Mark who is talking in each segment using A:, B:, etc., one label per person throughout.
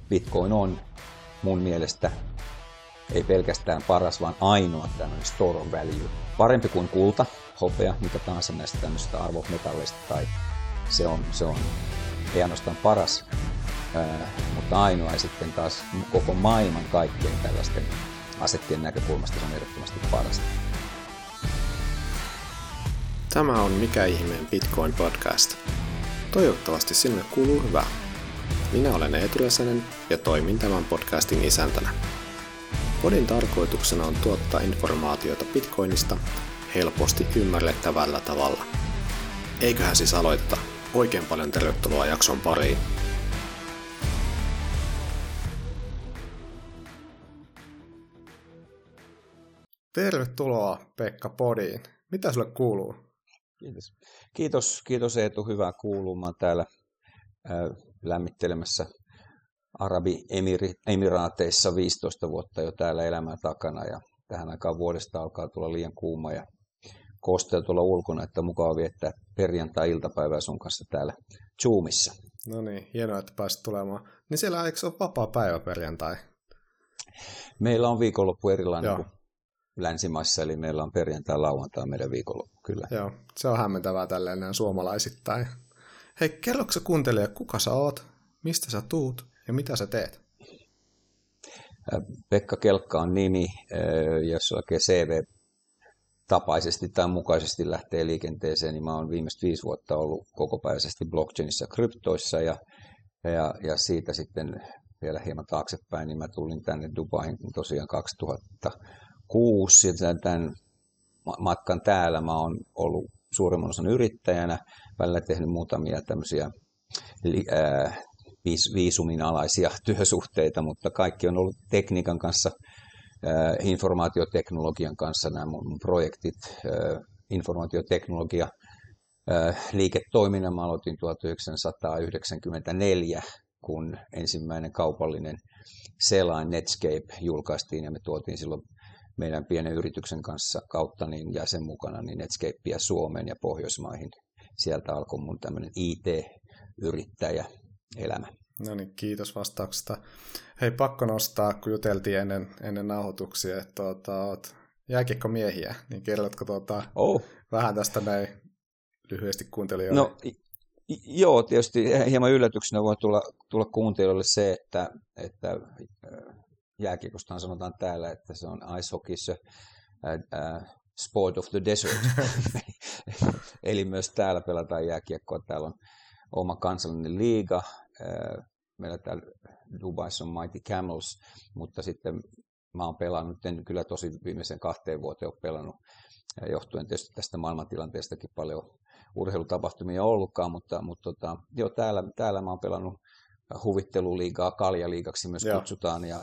A: Bitcoin on mun mielestä ei pelkästään paras, vaan ainoa tämmöinen store of value. Parempi kuin kulta, hopea, mikä tahansa näistä tämmöisistä arvometalleista, tai se on ei ainoastaan paras, mutta ainoa, ja sitten taas koko maailman kaikkien tällaisten asettien näkökulmasta se on ehdottomasti parasta.
B: Tämä on Mikä ihmeen Bitcoin podcast. Toivottavasti sinulle kuuluu hyvää. Minä olen Eetu Räsänen ja toimin tämän podcastin isäntänä. Podin tarkoituksena on tuottaa informaatiota Bitcoinista helposti ymmärrettävällä tavalla. Eiköhän siis aloiteta. Oikein paljon tervetuloa jakson pariin. Tervetuloa Pekka podiin. Mitä sulle kuuluu?
A: Kiitos Eetu, hyvää kuuluu. Mä oon täällä lämmittelemässä Arabi-emiraateissa 15 vuotta jo täällä elämää takana, ja tähän aikaan vuodesta alkaa tulla liian kuuma ja kostea tuolla ulkona, että on mukava viettää perjantai-iltapäivää sun kanssa täällä Zoomissa.
B: No niin, hienoa, että pääsit tulemaan. Niin siellä eikö ole vapaa päivä perjantai?
A: Meillä on viikonloppu erilainen kuin länsimaissa, eli meillä on perjantai-lauantai meidän viikonloppu, kyllä.
B: Joo, se on hämmentävää tälleen näin suomalaisittain. Hei, kerroksä sä kuuntelijalle, kuka sä oot, mistä sä tuut ja mitä sä teet?
A: Pekka Kelkka on nimi, jos oikein CV-tapaisesti tai mukaisesti lähtee liikenteeseen, niin mä oon viimeiset 5 vuotta ollut kokopäiväisesti blockchainissa ja kryptoissa, ja siitä sitten vielä hieman taaksepäin, niin mä tulin tänne Dubaihin tosiaan 2006, ja tämän matkan täällä mä oon ollut suurimman osan yrittäjänä, välillä tehnyt muutamia tämmöisiä viisumin alaisia työsuhteita, työsuhteita, kaikki on ollut tekniikan kanssa, informaatioteknologian kanssa nämä mun projektit, informaatioteknologia, liiketoiminnan mä aloitin 1994, kun ensimmäinen kaupallinen selain Netscape julkaistiin, ja me tuotiin silloin meidän pienen yrityksen kanssa kautta niin jäsen mukana niin Netscapea Suomeen ja Pohjoismaihin. Sieltä alkoi mun tämmöinen IT-yrittäjäelämä.
B: No niin, kiitos vastauksesta. Hei, pakko nostaa, kun juteltiin ennen nauhoituksia, että oot jääkiekkomiehiä, niin kerrotko vähän tästä näin lyhyesti kuuntelijoille?
A: No, joo, tietysti hieman yllätyksenä voi tulla kuuntelijoille se, että jääkiekostahan sanotaan täällä, että se on ice hockeyssa sport of the desert. Eli myös täällä pelataan jääkiekkoa. Täällä on oma kansallinen liiga. Meillä täällä Dubaissa on Mighty Camels, mutta sitten mä oon pelannut, en kyllä tosi viimeisen 2 vuoteen ole pelannut, johtuen tietysti tästä maailmantilanteestakin paljon urheilutapahtumia ollutkaan, mutta joo, täällä mä oon pelannut huvitteluliigaa, kaljaliigaksi myös kutsutaan, ja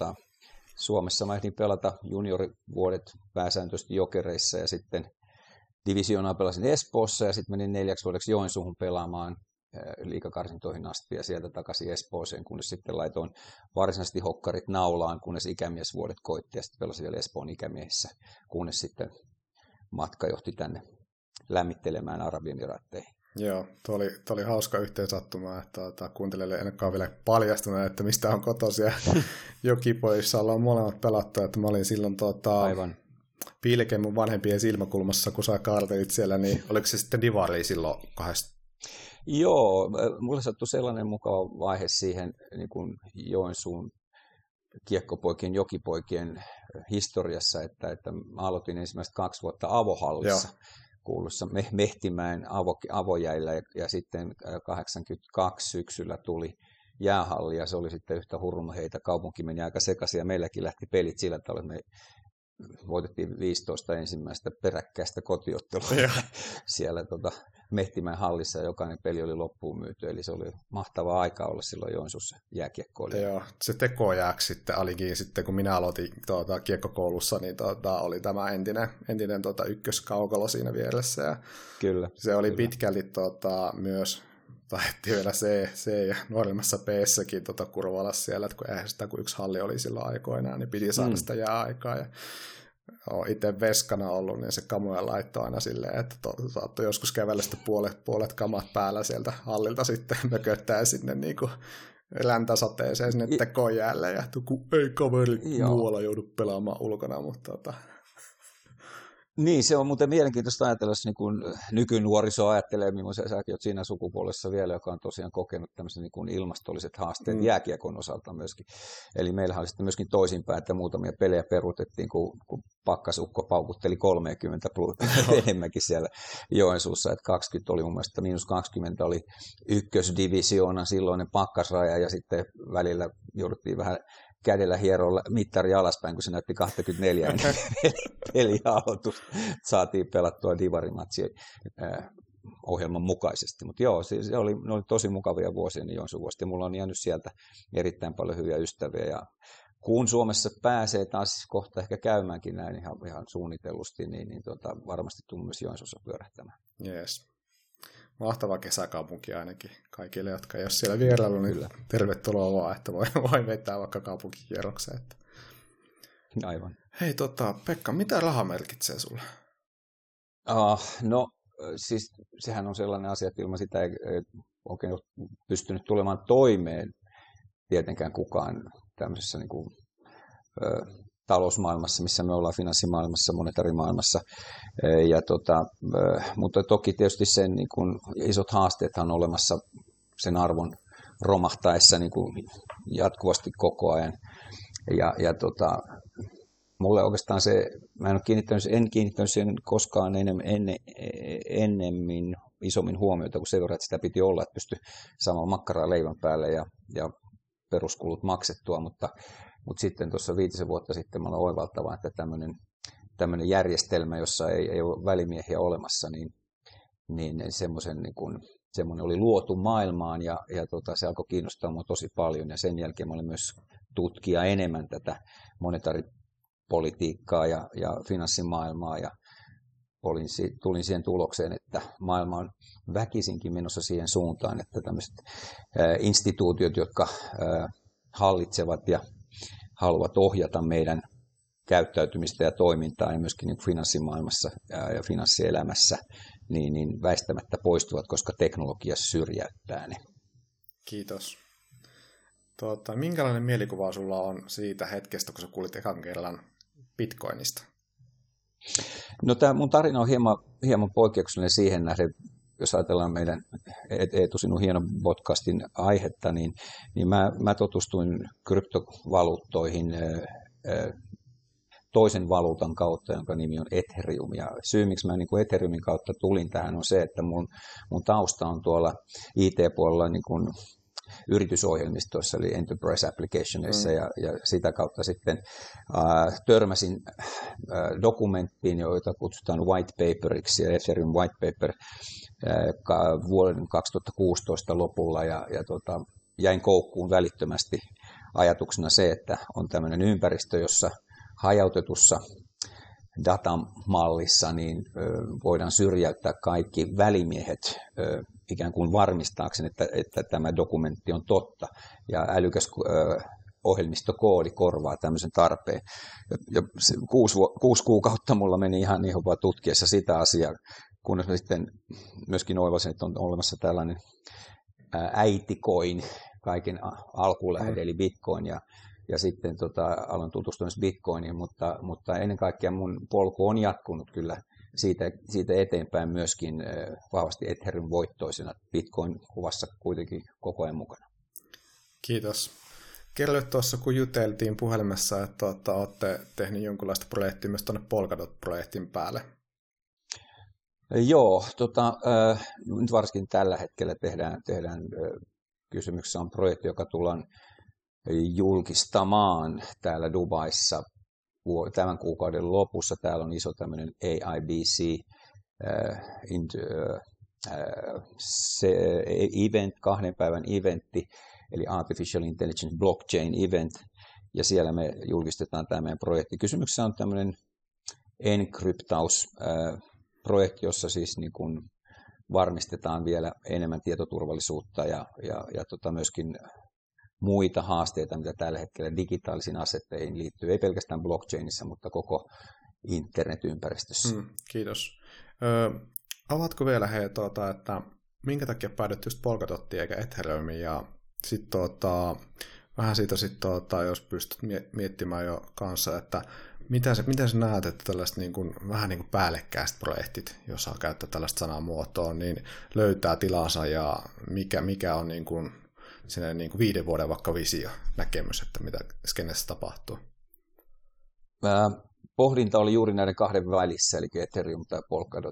A: Suomessa mä ehdin pelata juniorivuodet pääsääntöisesti Jokereissa, ja sitten divisioonaa pelasin Espoossa, ja sitten menin 4 vuodeksi Joensuuhun pelaamaan liigakarsintoihin asti, ja sieltä takaisin Espooseen, kunnes sitten laitoin varsinaisesti hokkarit naulaan, kunnes ikämiesvuodet koitti, ja sitten pelasin vielä Espoon ikämiehissä, kunnes sitten matka johti tänne lämmittelemään Arabiemiraatteihin.
B: Joo, tuo oli hauska yhteensattuma, että kuuntelijoille en olekaan vielä paljastunut, että mistä on kotoisia. Jokipojissa ollaan molemmat pelattu, että mä olin silloin
A: aivan
B: piilkein mun vanhempien silmäkulmassa, kun sä kaartelit siellä, niin oliko se sitten divari silloin 2?
A: Joo, mulle sattui sellainen mukava vaihe siihen niin kuin Joensuun kiekkopoikien, jokipoikien historiassa, että mä aloitin ensimmäiset 2 vuotta avohallissa. Joo. Kuulussa Mehtimäen avojäillä, ja sitten 82 syksyllä tuli jäähalli, ja se oli sitten yhtä hurmaheita. Kaupunki meni aika sekaisin, ja meilläkin lähti pelit sillä tavalla, että me voitettiin 15 ensimmäistä peräkkäistä kotiottelua siellä Mehtimäen hallissa, ja jokainen peli oli loppuun myyty, eli se oli mahtavaa aikaa olla silloin Joensuussa jääkiekkoilija.
B: Joo, se tekojääksi sitten alikin, sitten kun minä aloitin kiekkokoulussa, niin oli tämä entinen ykköskaukalo siinä vieressä, ja
A: kyllä,
B: se oli pitkälti myös taidettiin vielä C ja nuorimmassa P-säkin Kurvalassa siellä, että kun eihän sitä kun 1 halli oli silloin aikoinaan, niin piti saada sitä jääaikaa, ja olen itse veskana ollut, niin se kamoja laittoi aina silleen, että saattoi joskus kävellä sitten puolet kamat päällä sieltä hallilta sitten mököttää sinne niin kuin läntäsateeseen sinne tekojäälle ja ei kaveri muualla joudu pelaamaan ulkona, mutta
A: Niin, se on muuten mielenkiintoista ajatella, jos niin nykynuoriso ajattelee, millaisia säkin olet siinä sukupuolessa vielä, joka on tosiaan kokenut tämmöiset niin ilmastolliset haasteet jääkiekon osalta myöskin. Eli meillähän oli sitten myöskin toisinpäin, että muutamia pelejä peruutettiin, kun pakkasukko paukutteli 30 enemmänkin siellä Joensuussa, että 20 oli mun mielestä, -20 oli ykkösdivisioonan silloinen pakkasraja, ja sitten välillä jouduttiin vähän kädellä hierolla mittari alaspäin, kun se näytti 24 pelialoitus. Saatiin pelattua divarimatsia ohjelman mukaisesti. Mutta joo, ne oli tosi mukavia vuosia niin Joensuun vuosi. Ja mulla on jäänyt sieltä erittäin paljon hyviä ystäviä. Ja kun Suomessa pääsee taas kohta ehkä käymäänkin näin ihan suunnitellusti, niin varmasti tulen myös Joensuussa pyörähtämään.
B: Jees. Mahtava kesäkaupunki ainakin kaikille, jotka ei ole siellä vierailu, niin kyllä. Tervetuloa vaan, että voi vetää vaikka kaupunkikierrokseen.
A: Aivan.
B: Hei Pekka, mitä raha merkitsee sulle?
A: No siis sehän on sellainen asia, että ilman sitä ei oikein ole pystynyt tulemaan toimeen tietenkään kukaan tämmöisessä niin kuin, talousmaailmassa, missä me ollaan, finanssimaailmassa, monetarimaailmassa. Mutta toki tietysti sen niin kuin, isot haasteethan on olemassa sen arvon romahtaessa niin kuin, jatkuvasti koko ajan. Mulle oikeastaan se, mä en kiinnittänyt siihen koskaan ennemmin isommin huomiota kuin sen verran, että sitä piti olla, että pystyi saamaan makkaraa leivän päälle ja peruskulut maksettua, mutta sitten tuossa 5 vuotta sitten mä olen oivaltava, että tämmöinen järjestelmä, jossa ei ole välimiehiä olemassa, niin semmoinen oli luotu maailmaan ja se alkoi kiinnostaa mua tosi paljon ja sen jälkeen mä olin myös tutkia enemmän tätä monetaaripolitiikkaa ja finanssimaailmaa ja tulin siihen tulokseen, että maailma on väkisinkin menossa siihen suuntaan, että tämmöiset instituutiot, jotka hallitsevat ja haluavat ohjata meidän käyttäytymistä ja toimintaa ja myöskin niin finanssimaailmassa ja finanssielämässä, niin väistämättä poistuvat, koska teknologia syrjäyttää ne.
B: Kiitos. Minkälainen mielikuva sulla on siitä hetkestä, kun sä kuulit ekan kerran Bitcoinista?
A: No tämä mun tarina on hieman poikkeuksellinen siihen nähden, jos ajatellaan meidän Eetu sinun hienon podcastin aihetta, niin mä tutustuin kryptovaluuttoihin toisen valuutan kautta, jonka nimi on Ethereum. Ja syy, miksi mä niin kuin Ethereumin kautta tulin tähän, on se, että mun tausta on tuolla IT-puolella niin kuin yritysohjelmistoissa, eli Enterprise Applicationissa, ja sitä kautta sitten törmäsin dokumenttiin, joita kutsutaan white paperiksi, ja Ethereum white paper vuoden 2016 lopulla, ja jäin koukkuun välittömästi ajatuksena se, että on tämmöinen ympäristö, jossa hajautetussa datamallissa niin voidaan syrjäyttää kaikki välimiehet ikään kuin varmistaakseen, että tämä dokumentti on totta. Ja älykäs ohjelmistokoodi korvaa tämmöisen tarpeen. Ja 6 kuukautta mulla meni ihan vaan tutkiessa sitä asiaa, kunnes mä sitten myöskin oivasin, että on olemassa tällainen äitikoin, kaiken alkulähde, eli Bitcoin, ja sitten aloin tutustua Bitcoiniin, mutta ennen kaikkea mun polku on jatkunut kyllä siitä eteenpäin myöskin vahvasti Ethereum voittoisena, Bitcoin-kuvassa kuitenkin koko ajan mukana.
B: Kiitos. Kerroit tuossa, kun juteltiin puhelimessa, että olette tehneet jonkinlaista projektia myös tuonne Polkadot-projektin päälle.
A: Joo, nyt varsinkin tällä hetkellä tehdään kysymyksessä on projekti, joka tullaan julkistamaan täällä Dubaissa tämän kuukauden lopussa. Täällä on iso tämmöinen AIBC event, 2 päivän eventti, eli Artificial Intelligence Blockchain Event, ja siellä me julkistetaan tämä meidän projekti. Kysymyksessä on tämmöinen enkryptausprojekti, jossa siis niin kuin varmistetaan vielä enemmän tietoturvallisuutta ja myöskin muita haasteita, mitä tällä hetkellä digitaalisiin asetteihin liittyy, ei pelkästään blockchainissa, mutta koko internetympäristössä.
B: Kiitos. Avaatko vielä että minkä takia päädyt just Polkadottiin eikä Ethereumiin, ja Sitten vähän siitä sitten, jos pystyt miettimään jo kanssa, että miten sä näet, että tällaiset niin kuin, vähän niin kuin päällekkäiset projektit, jos saa käyttää tällaista sanamuotoa, niin löytää tilansa ja mikä on niin kuin, sinne niin kuin 5 vuoden vaikka visio, näkemys, että mitä skenessä tapahtuu?
A: Pohdinta oli juuri näiden kahden välissä, eli Ethereum tai Polkadot,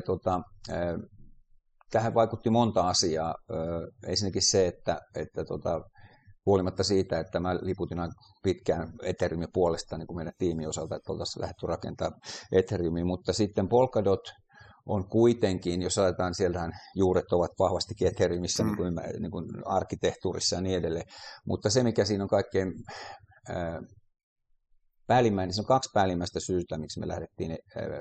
A: tähän vaikutti monta asiaa. Ensinnäkin se, että huolimatta siitä, että mä liputin aika pitkään Ethereumin puolesta niin kuin meidän tiimin osalta, että oltaisiin lähdetty rakentamaan Ethereumia, mutta sitten Polkadot on kuitenkin, jos ajatellaan, siellähän juuret ovat vahvastikin Ethereumissa, niin kuin arkkitehtuurissa ja niin edelleen, mutta se mikä siinä on kaikkein päällimmäinen, se on 2 päällimmäistä syytä, miksi me lähdettiin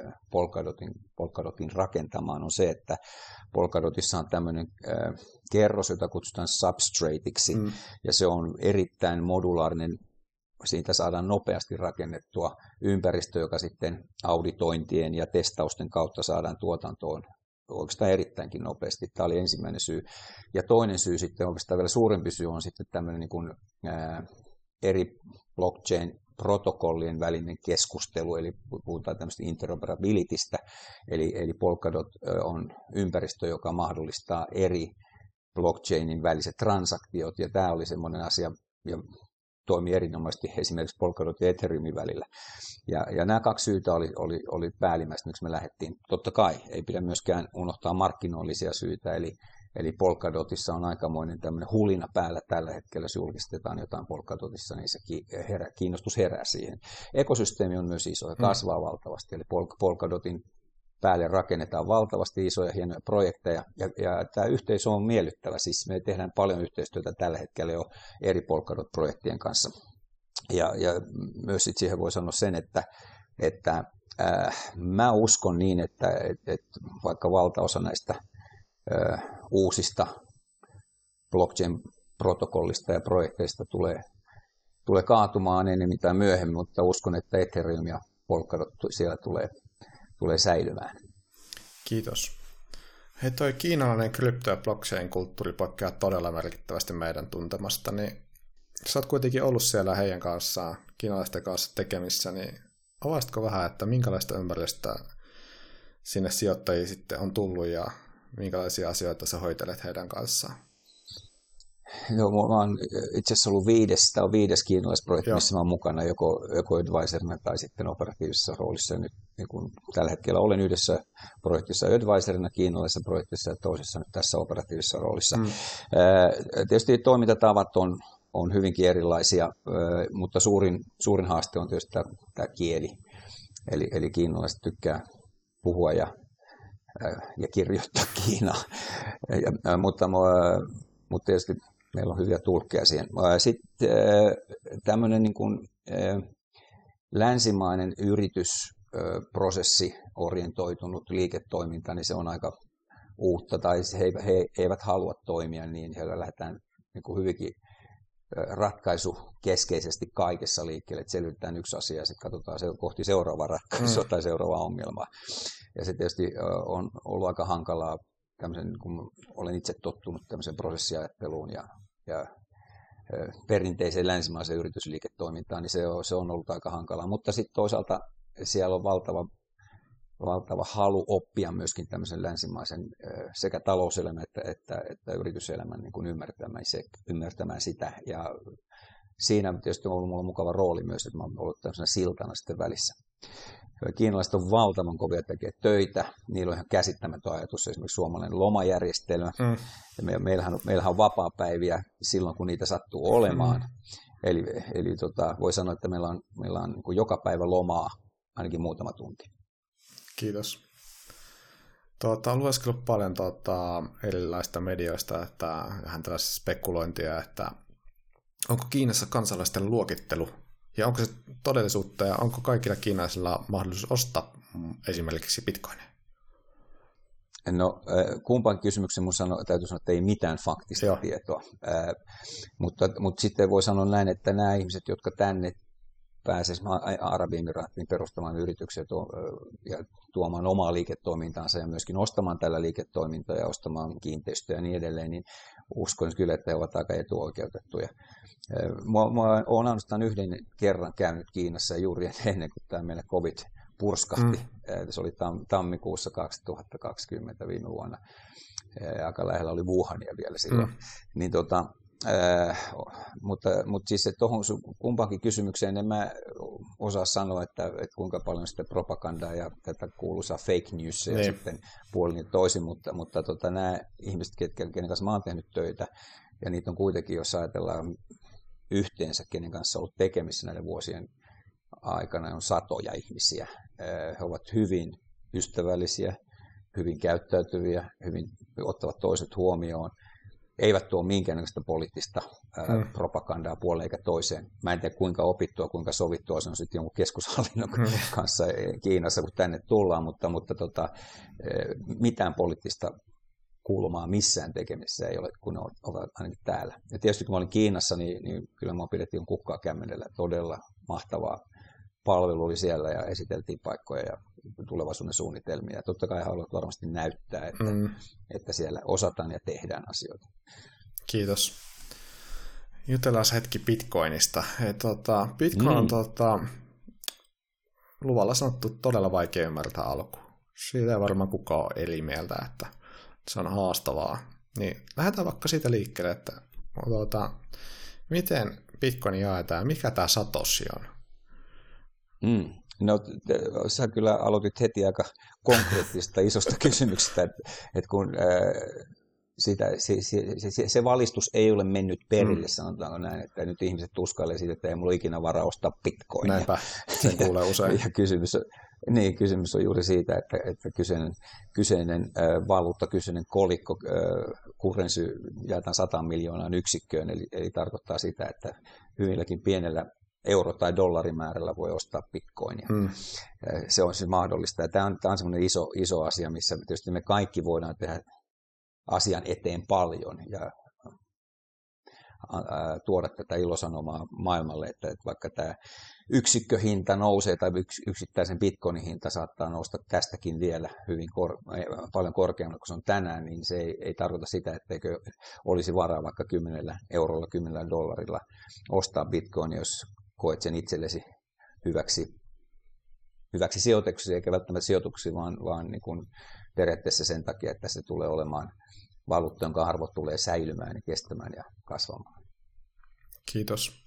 A: Polkadotin rakentamaan, on se, että Polkadotissa on tämmöinen kerros, jota kutsutaan substrateiksi, ja se on erittäin modulaarinen. Siitä saadaan nopeasti rakennettua ympäristö, joka sitten auditointien ja testausten kautta saadaan tuotantoon oikeastaan erittäinkin nopeasti. Tämä oli ensimmäinen syy. Ja toinen syy sitten, oikeastaan vielä suurempi syy, on sitten tämmöinen niin kuin, eri blockchain-protokollien välinen keskustelu, eli puhutaan tämmöistä interoperabilitystä, eli Polkadot on ympäristö, joka mahdollistaa eri blockchainin väliset transaktiot, ja tämä oli semmoinen asia, ja toimii erinomaisesti esimerkiksi Polkadot ja Ethereumin välillä. Ja nämä 2 syytä oli päällimmäistä, miksi me lähdettiin. Totta kai ei pidä myöskään unohtaa markkinoillisia syitä, eli Polkadotissa on aikamoinen tämmöinen hulina päällä tällä hetkellä, jos julkistetaan jotain Polkadotissa, niin se kiinnostus herää siihen. Ekosysteemi on myös iso ja kasvaa valtavasti, eli Polkadotin päälle rakennetaan valtavasti isoja hienoja projekteja, ja tämä yhteisö on miellyttävä, siis me tehdään paljon yhteistyötä tällä hetkellä jo eri Polkadot-projektien kanssa, ja myös sit siihen voi sanoa sen, että mä uskon niin, että vaikka valtaosa näistä uusista blockchain-protokollista ja projekteista tulee kaatumaan enemmän tai myöhemmin, mutta uskon, että Ethereum ja Polkadot siellä tulee säilymään.
B: Kiitos. Hei, toi kiinalainen krypto- ja blockchain-kulttuuri poikkeaa todella merkittävästi meidän tuntemasta, niin sä oot kuitenkin ollut siellä heidän kanssaan, kiinalaisten kanssa tekemissä, niin avaisitko vähän, että minkälaista ympäristöä sinne sijoittajia sitten on tullut ja minkälaisia asioita sä hoitelet heidän kanssaan?
A: No, mä oon itse asiassa ollut 5 kiinalaisprojekti, missä mä oon mukana joko advisorina tai sitten operatiivisessa roolissa. Ja nyt niin kun tällä hetkellä olen yhdessä projektissa advisorina kiinalaisessa projektissa ja toisessa nyt tässä operatiivisessa roolissa. Tietysti toimintatavat on hyvinkin erilaisia, mutta suurin haaste on tietysti tämä kieli. Eli kiinalaiset tykkää puhua ja kirjoittaa Kiinaa, mutta tietysti meillä on hyviä tulkkeja siihen. Sitten tämmöinen niin kuin länsimainen yritysprosessi orientoitunut liiketoiminta, niin se on aika uutta, tai he eivät halua toimia niin, heillä lähdetään niin kuin hyvinkin ratkaisukeskeisesti kaikessa liikkeelle, että selvitetään yksi asia ja sitten katsotaan kohti seuraavaa ratkaisua tai seuraavaa ongelmaa. Ja se tietysti on ollut aika hankalaa, kun olen itse tottunut tämmöiseen prosessiajatteluun ja perinteiseen länsimaiseen yritysliiketoimintaan, niin se on ollut aika hankalaa. Mutta sitten toisaalta siellä on valtava halu oppia myöskin tämmöisen länsimaisen sekä talouselämän että yrityselämän niin kuin ymmärtämään sitä. Ja siinä tietysti on ollut mulla mukava rooli myös, että mä olen ollut tämmöisenä siltana sitten välissä. Kiinalaiset on valtavan kovia tekee töitä, niillä on ihan käsittämätön ajatus, esimerkiksi suomalainen lomajärjestelmä. Ja meillähän on vapaapäiviä silloin, kun niitä sattuu olemaan. Eli voi sanoa, että meillä on niin kuin joka päivä lomaa ainakin muutama tunti.
B: Kiitos. On lueskellut paljon erilaista medioista, että vähän tällaista spekulointia, että onko Kiinassa kansalaisten luokittelu ja onko se todellisuutta ja onko kaikilla kiinalaisilla mahdollisuus ostaa esimerkiksi bitcoinia?
A: No kumpaan kysymyksen täytyy sanoa, että ei mitään faktista tietoa, mutta sitten voi sanoa näin, että nämä ihmiset, jotka tänne pääsisi Arabi-Emiraatiin perustamaan yrityksiä ja tuomaan omaa liiketoimintaansa ja myöskin ostamaan tällä liiketoimintaa ja ostamaan kiinteistöjä ja niin edelleen, niin uskon kyllä, että he ovat aika etuoikeutettuja. Mä olen ainoastaan yhden kerran käynyt Kiinassa juuri ennen kuin tämä meillä COVID purskahti. Se oli tammikuussa 2020 viime vuonna. Aika lähellä oli Wuhania vielä silloin. Niin mutta siis tuohon kumpaankin kysymykseen en mä osaa sanoa, että kuinka paljon sitä propagandaa ja tätä kuuluisaa fake news ja sitten puolin toisin, mutta nämä ihmiset, kenen kanssa mä oon tehnyt töitä, ja niitä on kuitenkin, jos ajatellaan yhteensä, kenen kanssa ollut tekemissä näiden vuosien aikana, on satoja ihmisiä. He ovat hyvin ystävällisiä, hyvin käyttäytyviä, hyvin ottavat toiset huomioon. Eivät tuo minkäännäköistä poliittista propagandaa puoleen eikä toiseen. Mä en tiedä kuinka opittua, kuinka sovittua se on sitten jonkun keskushallinnon kanssa Kiinassa, kun tänne tullaan, mutta mitään poliittista kulmaa missään tekemisessä ei ole, kun ne ovat ainakin täällä. Ja tietysti kun mä olin Kiinassa, niin kyllä mä pidettiin kukkaa kämmenellä. Todella mahtavaa palvelu oli siellä ja esiteltiin paikkoja ja tulevaisuuden suunnitelmia. Ja totta kai haluat varmasti näyttää, että siellä osataan ja tehdään asioita.
B: Kiitos. Jutellaan hetki Bitcoinista. Bitcoin on luvalla sanottu todella vaikea ymmärtää alkuun. Siitä ei varmaan kukaan ole eri mieltä, että se on haastavaa. Niin lähdetään vaikka siitä liikkeelle, että miten Bitcoin jaetaan, mikä tämä Satoshi on?
A: No, sä kyllä aloitit heti aika konkreettisesta isosta kysymyksestä, että kun se valistus ei ole mennyt perille, sanotaanko näin, että nyt ihmiset tuskailee siitä, että ei mulla ikinä varaa ostaa bitcoinia.
B: Näinpä, sen kuulee usein.
A: Ja kysymys on juuri siitä, että kyseinen valuutta, kyseinen kolikko, currency jaetaan 100 miljoonaan yksikköön, eli tarkoittaa sitä, että hyvilläkin pienellä euro- tai dollarimäärällä voi ostaa bitcoinia. Se on siis mahdollista. Ja tämä on semmoinen iso asia, missä tietysti me kaikki voidaan tehdä asian eteen paljon ja tuoda tätä ilosanomaa maailmalle, että vaikka tämä yksikköhinta nousee tai yksittäisen bitcoinin hinta saattaa nousta tästäkin vielä hyvin paljon korkeammalle kuin se on tänään, niin se ei tarkoita sitä, etteikö olisi varaa vaikka 10 eurolla, 10 dollarilla ostaa bitcoinia, jos koet sen itsellesi hyväksi sijoituksi, eikä välttämättä sijoituksi, vaan niin kuin periaatteessa sen takia, että se tulee olemaan valuutta, jonka arvo tulee säilymään ja kestämään ja kasvamaan.
B: Kiitos.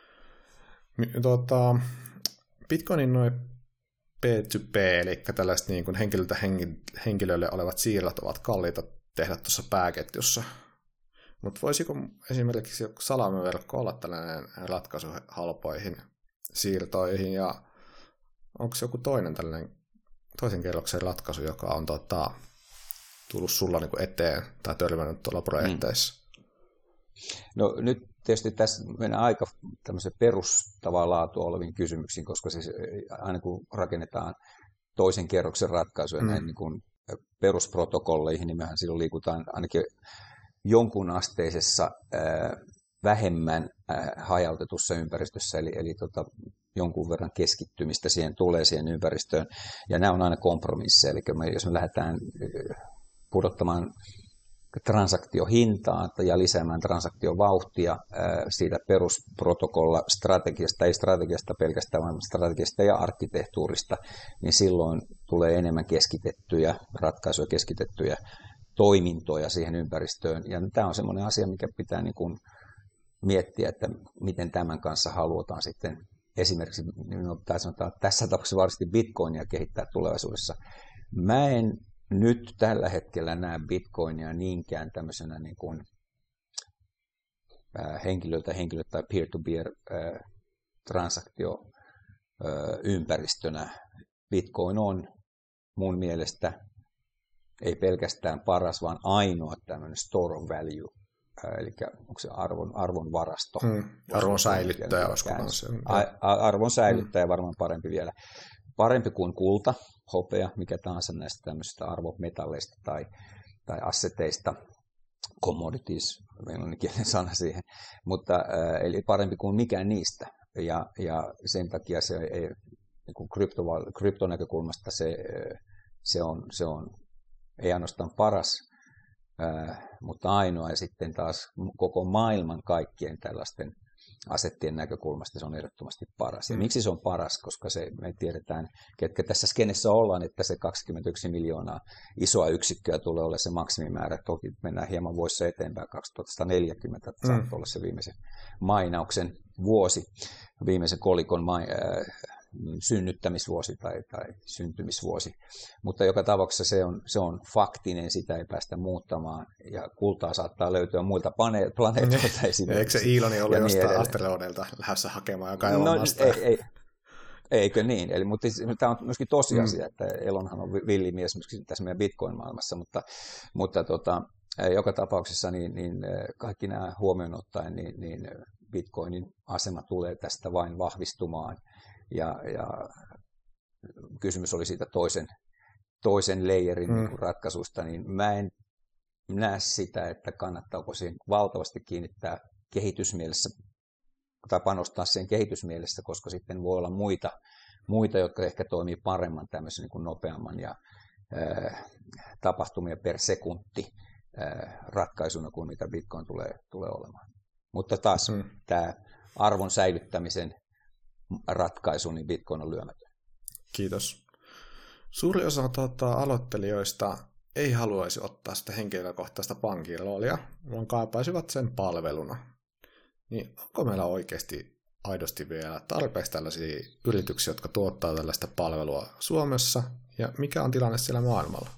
B: Bitcoinin noin P2P, eli tällaiset niin kuin henkilöltä henkilölle olevat siirrot ovat kalliita tehdä tuossa pääketjussa. Mutta voisiko esimerkiksi joku salamiverkko olla tällainen ratkaisu halpoihin siirtoihin, ja onko joku toisen kerroksen ratkaisu, joka on tullut sulla niinku eteen tai törmännyt tuolla projekteissa?
A: No nyt tietysti tässä mennään aika tämmöisen perustavaa laatua oleviin kysymyksiin, koska siis aina kun rakennetaan toisen kerroksen ratkaisuja näin niin kuin perusprotokolleihin, niin mehän silloin liikutaan ainakin jonkun asteisessa vähemmän hajautetussa ympäristössä, eli jonkun verran keskittymistä tulee siihen ympäristöön, ja nämä on aina kompromisseja, eli jos me lähdetään pudottamaan transaktiohintaa ja lisäämään transaktiovauhtia siitä perusprotokolla strategiasta, ei strategiasta pelkästään, vaan strategiasta ja arkkitehtuurista, niin silloin tulee enemmän keskitettyjä ratkaisuja, keskitettyjä toimintoja siihen ympäristöön. Ja tämä on semmoinen asia, mikä pitää niin kuin miettiä, että miten tämän kanssa halutaan sitten esimerkiksi, tai sanotaan, tässä tapauksessa varmasti Bitcoinia kehittää tulevaisuudessa. Mä en nyt tällä hetkellä näe Bitcoinia niinkään tämmöisenä niin kuin henkilöltä tai peer-to-peer transaktioympäristönä. Bitcoin on mun mielestä ei pelkästään paras, vaan ainoa tämmöinen store of value, eli onko se arvon varasto.
B: Arvon säilyttäjä.
A: Arvon säilyttäjä varmaan parempi vielä. Parempi kuin kulta, hopea, mikä tahansa näistä tämmöisistä arvometalleista tai asseteista, commodities, meillä on kielen sana siihen, mutta eli parempi kuin mikään niistä. ja sen takia se ei, niin kryptonäkökulmasta se on ei ainoastaan paras, mutta ainoa, ja sitten taas koko maailman kaikkien tällaisten asettien näkökulmasta se on ehdottomasti paras. Ja miksi se on paras? Koska me tiedetään, ketkä tässä skenessä ollaan, että se 21 miljoonaa isoa yksikköä tulee olla se maksimimäärä. Toki mennään hieman vuosissa eteenpäin, 2140 saattaa olla se viimeisen mainauksen vuosi, viimeisen kolikon synnyttämisvuosi tai syntymisvuosi. Mutta joka tapauksessa se on faktinen, sitä ei päästä muuttamaan, ja kultaa saattaa löytyä muilta planeetoilta esimerkiksi.
B: Eikö se Iiloni ollut jostain asteroideilta lähdössä hakemaan ja kaivamasta?
A: Eikö niin? Eli, mutta tämä on myöskin tosiasia, että Elonhan on villimies myöskin tässä meidän Bitcoin-maailmassa, mutta joka tapauksessa niin kaikki nämä huomioon ottaen, niin Bitcoinin asema tulee tästä vain vahvistumaan. Ja kysymys oli siitä toisen layerin ratkaisusta, niin mä en näe sitä, että kannattaako siihen valtavasti kiinnittää kehitysmielessä tai panostaa siihen kehitysmielessä, koska sitten voi olla muita jotka ehkä toimii paremman tämmöisen niin kuin nopeamman ja tapahtumia per sekunti ratkaisuna kuin mitä Bitcoin tulee olemaan. Mutta taas tämä arvon säilyttämisen ratkaisu, niin Bitcoin on lyömätön.
B: Kiitos. Suuri osa aloittelijoista ei haluaisi ottaa sitä henkilökohtaista pankin roolia, vaan kaipaisivat sen palveluna. Niin onko meillä oikeasti aidosti vielä tarpeeksi tällaisia yrityksiä, jotka tuottaa tällaista palvelua Suomessa, ja mikä on tilanne siellä maailmalla?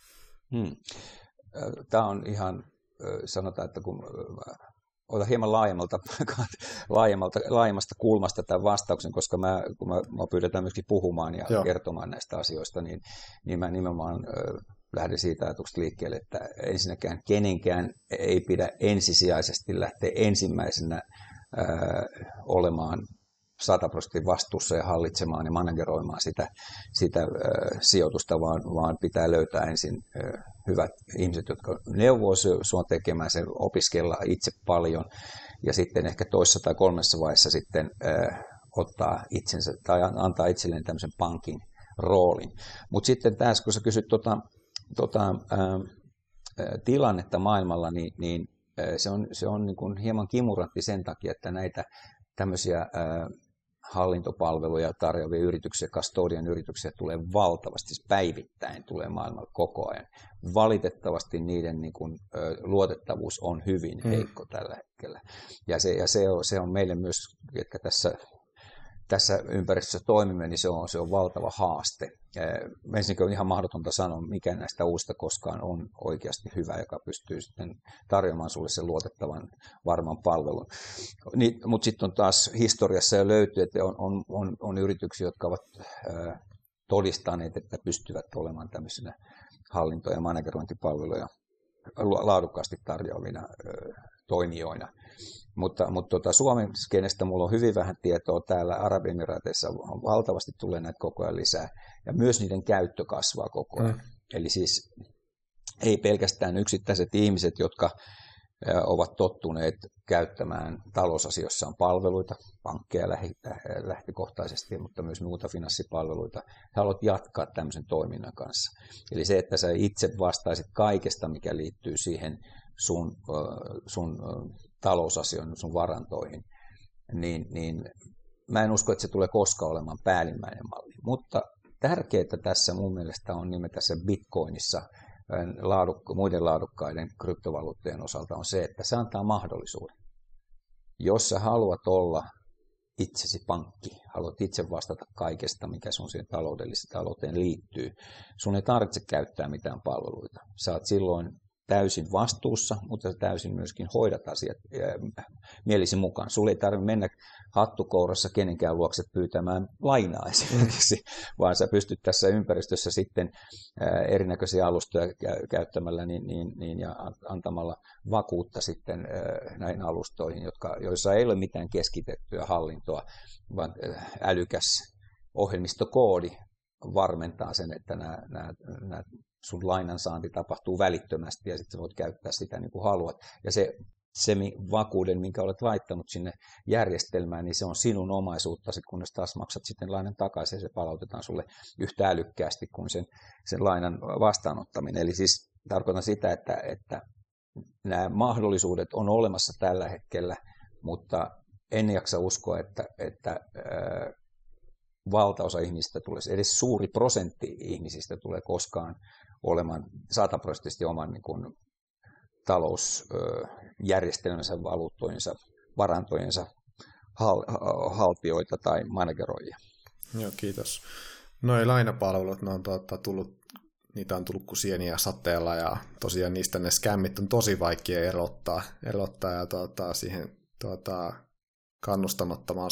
A: Tämä on ihan, sanotaan, että kun ota hieman laajemmasta kulmasta tämän vastauksen, koska kun mä pyydetään myöskin puhumaan ja kertomaan näistä asioista, niin mä nimenomaan lähden siitä ajatuksesta liikkeelle, että ensinnäkään kenenkään ei pidä ensisijaisesti lähteä ensimmäisenä olemaan 100% vastuussa ja hallitsemaan ja manageroimaan sitä sijoitusta, vaan pitää löytää ensin hyvät ihmiset, jotka neuvoo sinua tekemään sen, opiskella itse paljon ja sitten ehkä toisessa tai kolmessa vaiheessa sitten ottaa itsensä tai antaa itselleen tämmöisen pankin roolin. Mutta sitten tässä, kun sä kysyt tilannetta maailmalla, niin se on niin kuin hieman kimurantti sen takia, että näitä tämmöisiä hallintopalveluja tarjoavia yrityksiä, custodian yrityksiä tulee valtavasti, päivittäin tulee maailmalla koko ajan. Valitettavasti niiden niin kuin, luotettavuus on hyvin heikko tällä hetkellä. Ja se on meille myös, jotka tässä ympäristössä toimimme, niin se on valtava haaste. Ensinnäkin on ihan mahdotonta sanoa, mikä näistä uusista koskaan on oikeasti hyvä, joka pystyy sitten tarjoamaan sinulle sen luotettavan varman palvelun. Mutta sitten on taas historiassa jo löytyy, että on yrityksiä, jotka ovat todistaneet, että pystyvät olemaan tämmöisenä hallinto- ja managerointipalveluja laadukkaasti tarjoavina toimijoina. Mutta Suomen skenestä mulla on hyvin vähän tietoa. Täällä Arabiemiraateissa valtavasti tulee näitä koko ajan lisää. Ja myös niiden käyttö kasvaa koko ajan. Eli siis ei pelkästään yksittäiset ihmiset, jotka ovat tottuneet käyttämään talousasioissaan palveluita, pankkeja lähtökohtaisesti, mutta myös muuta finanssipalveluita. He haluavat jatkaa tämmöisen toiminnan kanssa. Eli se, että sä itse vastaisit kaikesta, mikä liittyy siihen sun talousasioihin, sun varantoihin, niin mä en usko, että se tulee koskaan olemaan päällimmäinen malli. Mutta tärkeää tässä mun mielestä on nimetä se Bitcoinissa muiden laadukkaiden kryptovaluuttojen osalta on se, että se antaa mahdollisuuden. Jos sä haluat olla itsesi pankki, haluat itse vastata kaikesta, mikä sun siihen talouteen liittyy, sun ei tarvitse käyttää mitään palveluita. Sä oot silloin täysin vastuussa, mutta täysin myöskin hoidat asiat mielisi mukaan. Sulla ei tarvitse mennä hattukourassa kenenkään luokse pyytämään lainaa esimerkiksi, vaan sä pystyt tässä ympäristössä sitten erinäköisiä alustoja käyttämällä ja antamalla vakuutta sitten näihin alustoihin, joissa ei ole mitään keskitettyä hallintoa, vaan älykäs ohjelmistokoodi varmentaa sen, että nämä sun lainansaanti tapahtuu välittömästi ja sitten voit käyttää sitä niin kuin haluat. Ja se vakuuden, minkä olet laittanut sinne järjestelmään, niin se on sinun omaisuuttasi, kunnes taas maksat sitten lainan takaisin ja se palautetaan sulle yhtä älykkäästi kuin sen lainan vastaanottaminen. Eli siis tarkoitan sitä, että nämä mahdollisuudet on olemassa tällä hetkellä, mutta en jaksa uskoa, että valtaosa ihmisistä tulee, edes suuri prosentti ihmisistä tulee koskaan olemaan 100% oman niin kuin, talousjärjestelmänsä, valuuttojensa, varantojensa haltioita tai manageroijia.
B: Joo, kiitos. Noi lainapalvelut, niitä on tullut kuin sieniä sateella ja tosiaan niistä ne skämmit on tosi vaikea erottaa ja siihen kannustamattomaan